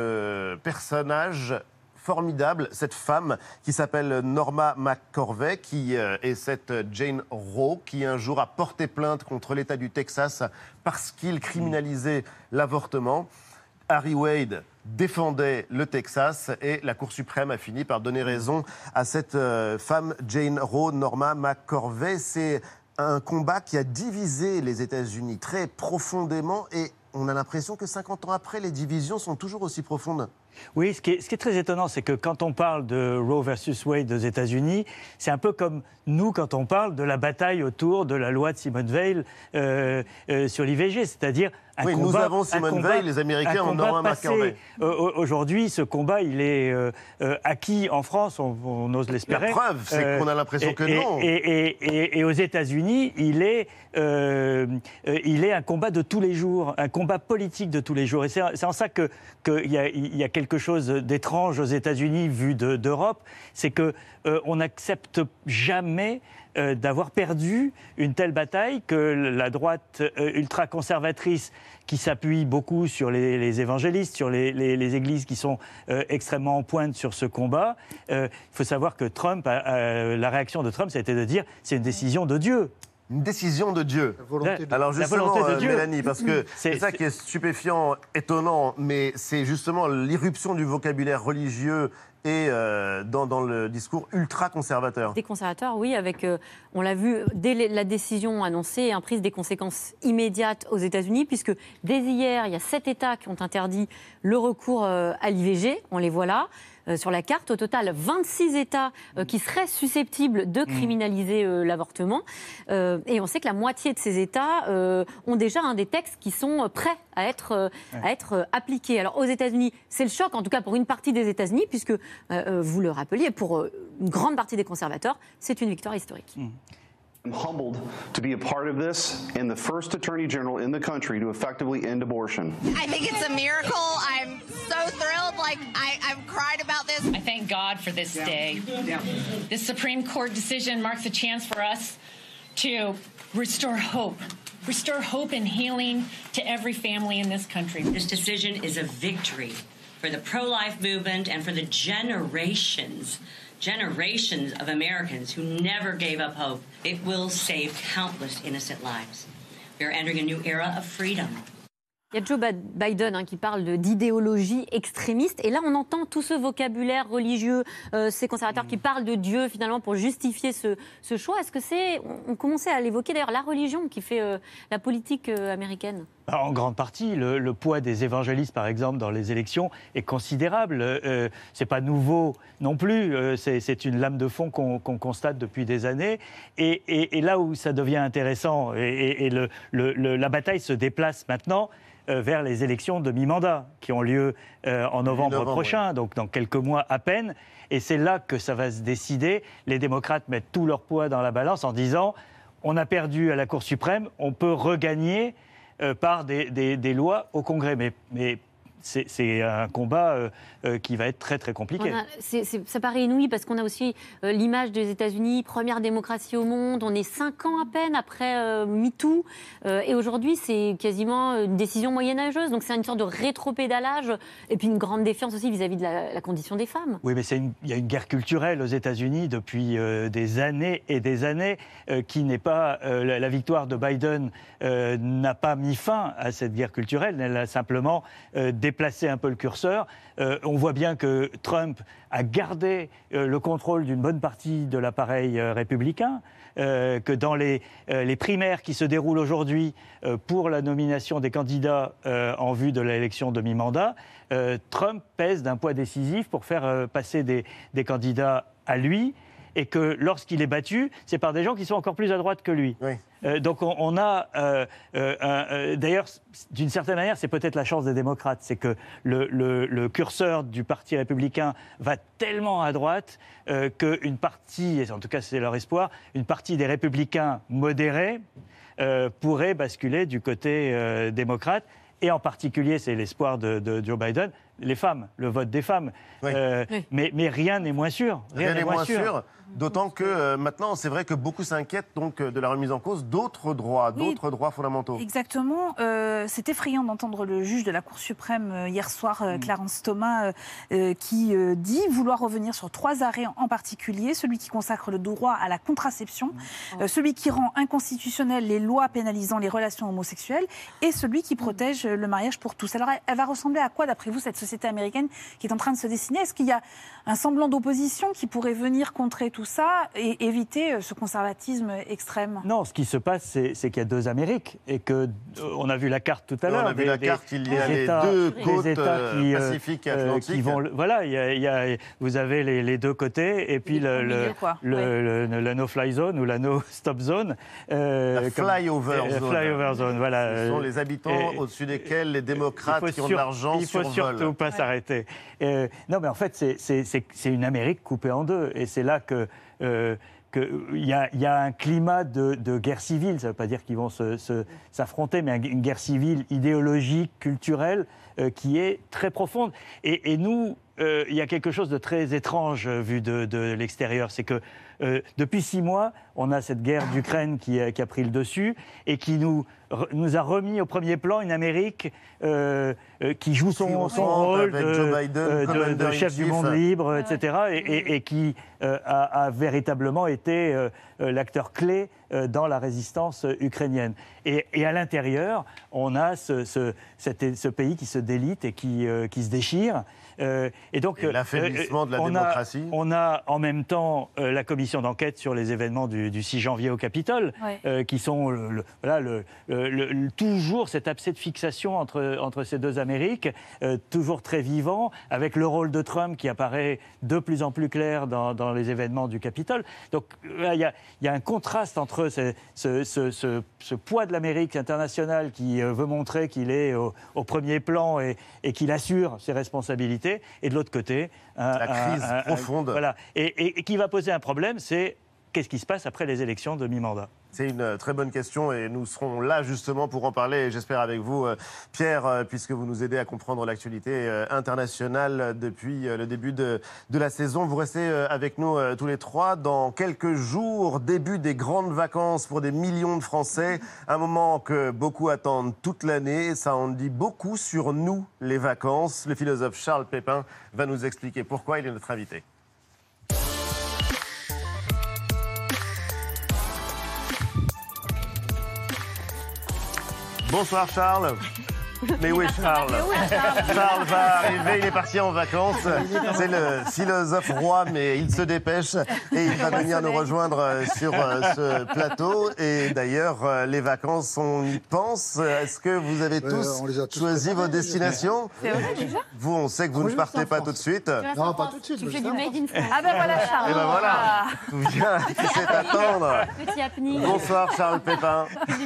ce personnage formidable, cette femme qui s'appelle Norma McCorvey, qui euh, est cette Jane Roe, qui un jour a porté plainte contre l'État du Texas parce qu'il criminalisait l'avortement. Harry Wade défendait le Texas et la Cour suprême a fini par donner raison à cette euh, femme, Jane Roe, Norma McCorvey. C'est un combat qui a divisé les États-Unis très profondément et on a l'impression que cinquante ans après, les divisions sont toujours aussi profondes. Oui, ce qui est, ce qui est très étonnant, c'est que quand on parle de Roe versus Wade aux États-Unis, c'est un peu comme nous quand on parle de la bataille autour de la loi de Simone Veil euh, euh, sur l'I V G, c'est-à-dire un oui, combat... nous avons Simone combat, Veil, les Américains en ont un McCorvey. Euh, Aujourd'hui, ce combat, il est euh, euh, acquis en France, on, on ose l'espérer. La preuve, c'est euh, qu'on a l'impression que non. Et, et, et, et aux États-Unis, il est, euh, euh, il est un combat de tous les jours, un combat politique de tous les jours. Et c'est en ça que qu'il y a, il y a quelque chose d'étrange aux États-Unis vu d'Europe, c'est que euh, on n'accepte jamais euh, d'avoir perdu une telle bataille, que la droite euh, ultra-conservatrice qui s'appuie beaucoup sur les, les évangélistes, sur les, les, les églises qui sont euh, extrêmement en pointe sur ce combat. Il euh, faut savoir que Trump, euh, la réaction de Trump, ça a été de dire c'est une décision de Dieu. Une décision de Dieu. La volonté de, Alors justement, la volonté de Dieu. Mélanie, parce que c'est ça qui est stupéfiant, étonnant, mais c'est justement l'irruption du vocabulaire religieux et euh, dans, dans le discours ultra-conservateur. Des conservateurs, oui, avec, euh, on l'a vu, dès la décision annoncée, hein, prise des conséquences immédiates aux États-Unis, puisque dès hier, il y a sept États qui ont interdit le recours euh, à l'I V G, on les voit là. Euh, sur la carte, au total, vingt-six États euh, qui seraient susceptibles de criminaliser euh, l'avortement. Euh, et on sait que la moitié de ces États euh, ont déjà un des textes qui sont euh, prêts à être, euh, ouais. à être euh, appliqués. Alors aux États-Unis, c'est le choc, en tout cas pour une partie des États-Unis, puisque, euh, euh, vous le rappeliez, pour euh, une grande partie des conservateurs, c'est une victoire historique. Mmh. I'm humbled to be a part of this and the first attorney general in the country to effectively end abortion. I think it's a miracle. I'm so thrilled. Like, I, I've cried about this. I thank God for this day. This Supreme Court decision marks a chance for us to restore hope. Restore hope and healing to every family in this country. This decision is a victory for the pro-life movement and for the generations generations of Americans who never gave up hope. It will save countless innocent lives. We are entering a new era of freedom. Il y a Joe Biden hein, qui parle d'idéologie extrémiste. Et là, on entend tout ce vocabulaire religieux, euh, ces conservateurs mmh. qui parlent de Dieu, finalement, pour justifier ce, ce choix. Est-ce que c'est, on, on commençait à l'évoquer d'ailleurs, la religion qui fait euh, la politique euh, américaine ? En grande partie, le, le poids des évangélistes, par exemple, dans les élections est considérable. Euh, c'est pas nouveau non plus. Euh, c'est, c'est une lame de fond qu'on, qu'on constate depuis des années. Et, et, et là où ça devient intéressant, et, et, et le, le, le, la bataille se déplace maintenant euh, vers les élections de mi-mandat qui ont lieu euh, en novembre, novembre prochain, ouais. donc dans quelques mois à peine. Et c'est là que ça va se décider. Les démocrates mettent tout leur poids dans la balance en disant on a perdu à la Cour suprême, on peut regagner Euh, par des, des, des lois au Congrès. Mais, mais c'est, c'est un combat euh, euh, qui va être très, très compliqué. A, c'est, c'est, ça paraît inouï parce qu'on a aussi euh, l'image des États-Unis, première démocratie au monde. On est cinq ans à peine après euh, MeToo. Euh, et aujourd'hui, c'est quasiment une décision moyenâgeuse. Donc c'est une sorte de rétropédalage et puis une grande défiance aussi vis-à-vis de la, la condition des femmes. Oui, mais c'est une, il y a une guerre culturelle aux États-Unis depuis euh, des années et des années euh, qui n'est pas... Euh, la, la victoire de Biden euh, n'a pas mis fin à cette guerre culturelle. Elle a simplement euh, déplacé un peu le curseur. Euh, on voit bien que Trump a gardé euh, le contrôle d'une bonne partie de l'appareil euh, républicain, euh, que dans les, euh, les primaires qui se déroulent aujourd'hui euh, pour la nomination des candidats euh, en vue de l'élection de mi-mandat, euh, Trump pèse d'un poids décisif pour faire euh, passer des, des candidats à lui, et que lorsqu'il est battu, c'est par des gens qui sont encore plus à droite que lui. Oui. Euh, donc on, on a, euh, euh, euh, d'ailleurs, d'une certaine manière, c'est peut-être la chance des démocrates, c'est que le, le, le curseur du Parti républicain va tellement à droite euh, qu'une partie, et en tout cas c'est leur espoir, une partie des républicains modérés euh, pourrait basculer du côté euh, démocrate. Et en particulier, c'est l'espoir de, de Joe Biden, les femmes, le vote des femmes. Oui. Euh, oui. Mais, mais rien n'est moins sûr. Rien, rien n'est moins, moins sûr. sûr. D'autant que euh, maintenant, c'est vrai que beaucoup s'inquiètent donc de la remise en cause d'autres droits, oui, d'autres droits fondamentaux. Exactement. Euh, c'est effrayant d'entendre le juge de la Cour suprême euh, hier soir, euh, Clarence Thomas, euh, qui euh, dit vouloir revenir sur trois arrêts en particulier. Celui qui consacre le droit à la contraception, mmh. euh, celui qui rend inconstitutionnelles les lois pénalisant les relations homosexuelles et celui qui protège le mariage pour tous. Alors, elle va ressembler à quoi, d'après vous, cette société américaine qui est en train de se dessiner ? Est-ce qu'il y a un semblant d'opposition qui pourrait venir contrer tout ça et éviter ce conservatisme extrême ? Non, ce qui se passe, c'est, c'est qu'il y a deux Amériques et que euh, on a vu la carte tout à l'heure. On a vu des, la des, carte, il y a les États, deux côtes États qui, euh, Pacifique et Atlantique. Qui vont, voilà, il y a, il y a, vous avez les, les deux côtés et puis le, le, le, ouais. le, le, la no-fly zone ou la no-stop zone. Euh, la flyover comme, zone. Euh, flyover zone, voilà. Ce sont les habitants et, au-dessus desquels les démocrates qui ont sur, de l'argent survolent. Il faut surtout pas ouais. s'arrêter. Euh, non, mais en fait, c'est, c'est, c'est, c'est une Amérique coupée en deux. Et c'est là que... Euh, qu'il y a, y a un climat de, de guerre civile, ça ne veut pas dire qu'ils vont se, se, s'affronter, mais une guerre civile idéologique, culturelle, euh, qui est très profonde. Et, et nous, euh, il y a quelque chose de très étrange vu de, de l'extérieur, c'est que euh, depuis six mois, on a cette guerre d'Ukraine qui a, qui a pris le dessus et qui nous, re, nous a remis au premier plan une Amérique euh, euh, qui joue son, son rôle de, Biden, euh, de, de chef du monde libre, et cetera, et, et, et qui euh, a, a véritablement été euh, l'acteur clé euh, dans la résistance ukrainienne. Et, et à l'intérieur, on a ce, ce, cet, ce pays qui se délite et qui, euh, qui se déchire. Euh, et donc, et l'affaiblissement euh, de la on démocratie. A, on a en même temps euh, la commission d'enquête sur les événements du, du six janvier au Capitole, ouais. euh, qui sont le, le, voilà, le, le, le, toujours cet abcès de fixation entre, entre ces deux Amériques, euh, toujours très vivant, avec le rôle de Trump qui apparaît de plus en plus clair dans, dans les événements du Capitole. Donc il euh, y, y a un contraste entre ce, ce, ce, ce, ce poids de l'Amérique internationale qui euh, veut montrer qu'il est au, au premier plan et, et qu'il assure ses responsabilités, et de l'autre côté... Un, la crise un, un, profonde. Un, voilà. Et, et, et qui va poser un problème, c'est qu'est-ce qui se passe après les élections de mi-mandat ? C'est une très bonne question et nous serons là justement pour en parler, j'espère avec vous, Pierre, puisque vous nous aidez à comprendre l'actualité internationale depuis le début de, de la saison. Vous restez avec nous tous les trois. Dans quelques jours, début des grandes vacances pour des millions de Français. Un moment que beaucoup attendent toute l'année. Ça en dit beaucoup sur nous, les vacances. Le philosophe Charles Pépin va nous expliquer pourquoi il est notre invité. Bonsoir Charles. Mais où est Charles ? Charles va arriver, il est parti en vacances. C'est le philosophe roi, mais il se dépêche et il va venir nous rejoindre sur ce plateau. Et d'ailleurs, les vacances, on y pense. Est-ce que vous avez tous, euh, tous choisi vos destinations ? C'est vrai déjà ? Vous, on sait que vous ne partez pas tout de suite. Non, pas tout de suite. Tu fais du made in France. Ah ben voilà Charles. Et ben voilà, tout vient, qui sait attendre. Petit happening. Bonsoir Charles Pépin.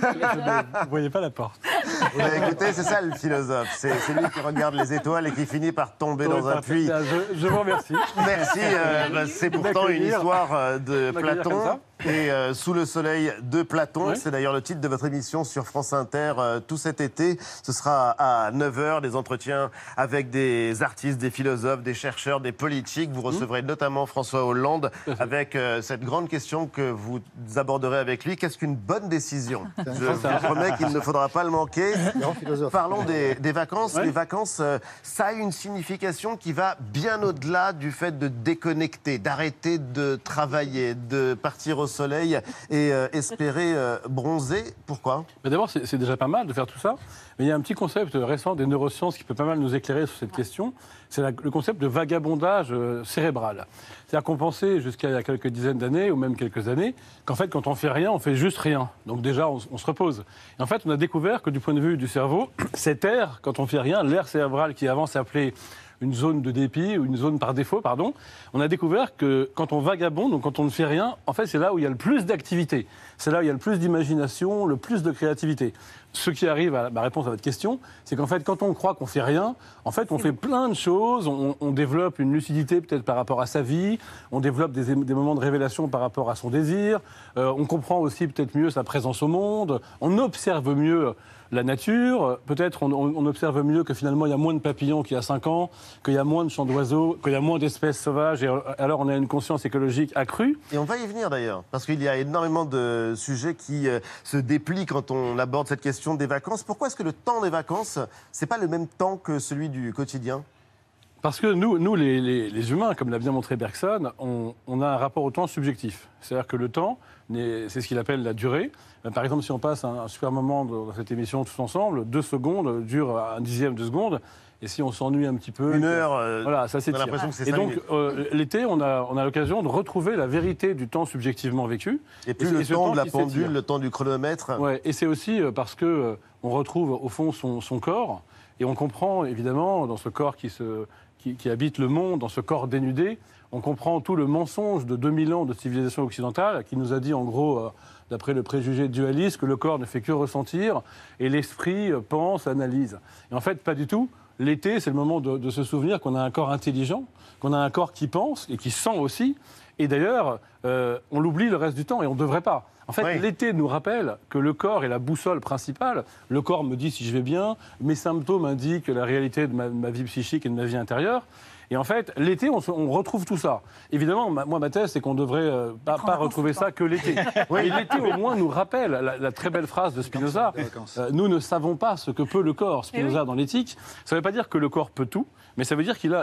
Vous voyez pas la porte. Vous avez écouté, c'est ça le philosophe. C'est celui qui regarde les étoiles et qui finit par tomber dans un puits. Je, je vous remercie. Merci. Euh, bah, c'est pourtant une histoire euh, de Platon. Et euh, Sous le soleil de Platon, oui. C'est d'ailleurs le titre de votre émission sur France Inter euh, tout cet été. Ce sera à neuf heures, des entretiens avec des artistes, des philosophes, des chercheurs, des politiques. Vous recevrez mmh. notamment François Hollande avec euh, cette grande question que vous aborderez avec lui. Qu'est-ce qu'une bonne décision ? Je vous promets qu'il ne faudra pas le manquer. Parlons des, des vacances. Ouais. Les vacances, euh, ça a une signification qui va bien au-delà du fait de déconnecter, d'arrêter de travailler, de partir au soleil et euh, espérer euh, bronzer. Pourquoi ? D'abord, c'est, c'est déjà pas mal de faire tout ça. Mais il y a un petit concept récent des neurosciences qui peut pas mal nous éclairer sur cette question. C'est la, le concept de vagabondage euh, cérébral. C'est-à-dire qu'on pensait jusqu'à il y a quelques dizaines d'années, ou même quelques années, qu'en fait, quand on fait rien, on fait juste rien. Donc déjà, on, on se repose. Et en fait, on a découvert que du point de vue du cerveau, cet air, quand on fait rien, l'air cérébral qui avant s'appelait une zone de dépit, ou une zone par défaut, pardon, on a découvert que quand on vagabonde, donc quand on ne fait rien, en fait, c'est là où il y a le plus d'activité. C'est là où il y a le plus d'imagination, le plus de créativité. Ce qui arrive à ma réponse à votre question, c'est qu'en fait, quand on croit qu'on fait rien, en fait, on fait plein de choses, on, on développe une lucidité peut-être par rapport à sa vie, on développe des, des moments de révélation par rapport à son désir, euh, on comprend aussi peut-être mieux sa présence au monde, on observe mieux la nature, peut-être on, on observe mieux que finalement il y a moins de papillons qu'il y a cinq ans, qu'il y a moins de chants d'oiseaux, qu'il y a moins d'espèces sauvages, et alors on a une conscience écologique accrue. Et on va y venir d'ailleurs, parce qu'il y a énormément de sujets qui euh, se déplient quand on aborde cette question des vacances. Pourquoi est-ce que le temps des vacances, c'est pas le même temps que celui du quotidien ? Parce que nous, nous les, les, les humains, comme l'a bien montré Bergson, on, on a un rapport au temps subjectif. C'est-à-dire que le temps, c'est ce qu'il appelle la durée. Par exemple, si on passe un, un super moment dans cette émission tous ensemble, deux secondes durent un dixième de seconde. Et si on s'ennuie un petit peu... Une heure, euh, voilà, ça s'étire. On a l'impression que c'est Et cinq donc, minutes. Euh, l'été, on a, on a l'occasion de retrouver la vérité du temps subjectivement vécu. Et plus et, le et temps temps de la qui pendule, s'étire. le temps du chronomètre. Ouais, et c'est aussi parce que euh, on retrouve au fond son, son corps, et on comprend évidemment dans ce corps qui, se, qui, qui habite le monde, dans ce corps dénudé, on comprend tout le mensonge de deux mille ans de civilisation occidentale qui nous a dit en gros... Euh, d'après le préjugé dualiste, que le corps ne fait que ressentir et l'esprit pense, analyse. Et en fait, pas du tout. L'été, c'est le moment de, de se souvenir qu'on a un corps intelligent, qu'on a un corps qui pense et qui sent aussi. Et d'ailleurs, euh, on l'oublie le reste du temps et on ne devrait pas. En fait, oui. L'été nous rappelle que le corps est la boussole principale. Le corps me dit si je vais bien, mes symptômes indiquent la réalité de ma, de ma vie psychique et de ma vie intérieure. Et en fait, l'été, on, on retrouve tout ça. Évidemment, ma, moi, ma thèse, c'est qu'on ne devrait euh, pas, pas retrouver ça que l'été. Oui. Et l'été, au moins, nous rappelle la, la très belle phrase de Spinoza. Euh, nous ne savons pas ce que peut le corps, Spinoza, oui. dans l'éthique. Ça ne veut pas dire que le corps peut tout, mais ça veut dire qu'il a, il a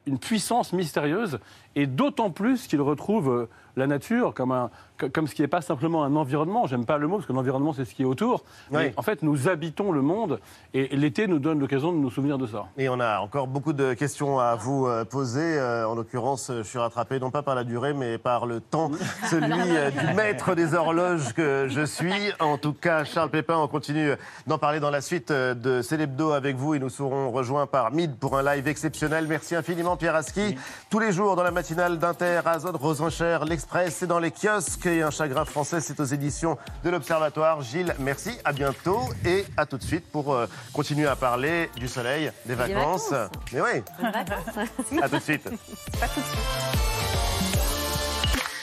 une puissance mystérieuse, et d'autant plus qu'il retrouve la nature comme, un, comme ce qui n'est pas simplement un environnement. J'aime pas le mot, parce que l'environnement, c'est ce qui est autour. Oui. Mais en fait, nous habitons le monde, et l'été nous donne l'occasion de nous souvenir de ça. Et on a encore beaucoup de questions à vous poser. En l'occurrence, je suis rattrapé, non pas par la durée, mais par le temps, celui du maître des horloges que je suis. En tout cas, Charles Pépin, on continue d'en parler dans la suite de C'est l'Hebdo avec vous, et nous serons rejoints par Mid pour un live exceptionnel. Merci infiniment, Pierre Aski. Oui. Tous les jours dans la matinale d'Inter, Azod, Rosencher, l'Express, c'est dans les kiosques, et Un chagrin français, c'est aux éditions de l'Observatoire. Gilles, merci, à bientôt, et à tout de suite pour euh, continuer à parler du soleil, des vacances. Des vacances. Mais oui. Des vacances. À tout de suite. Pas tout de suite.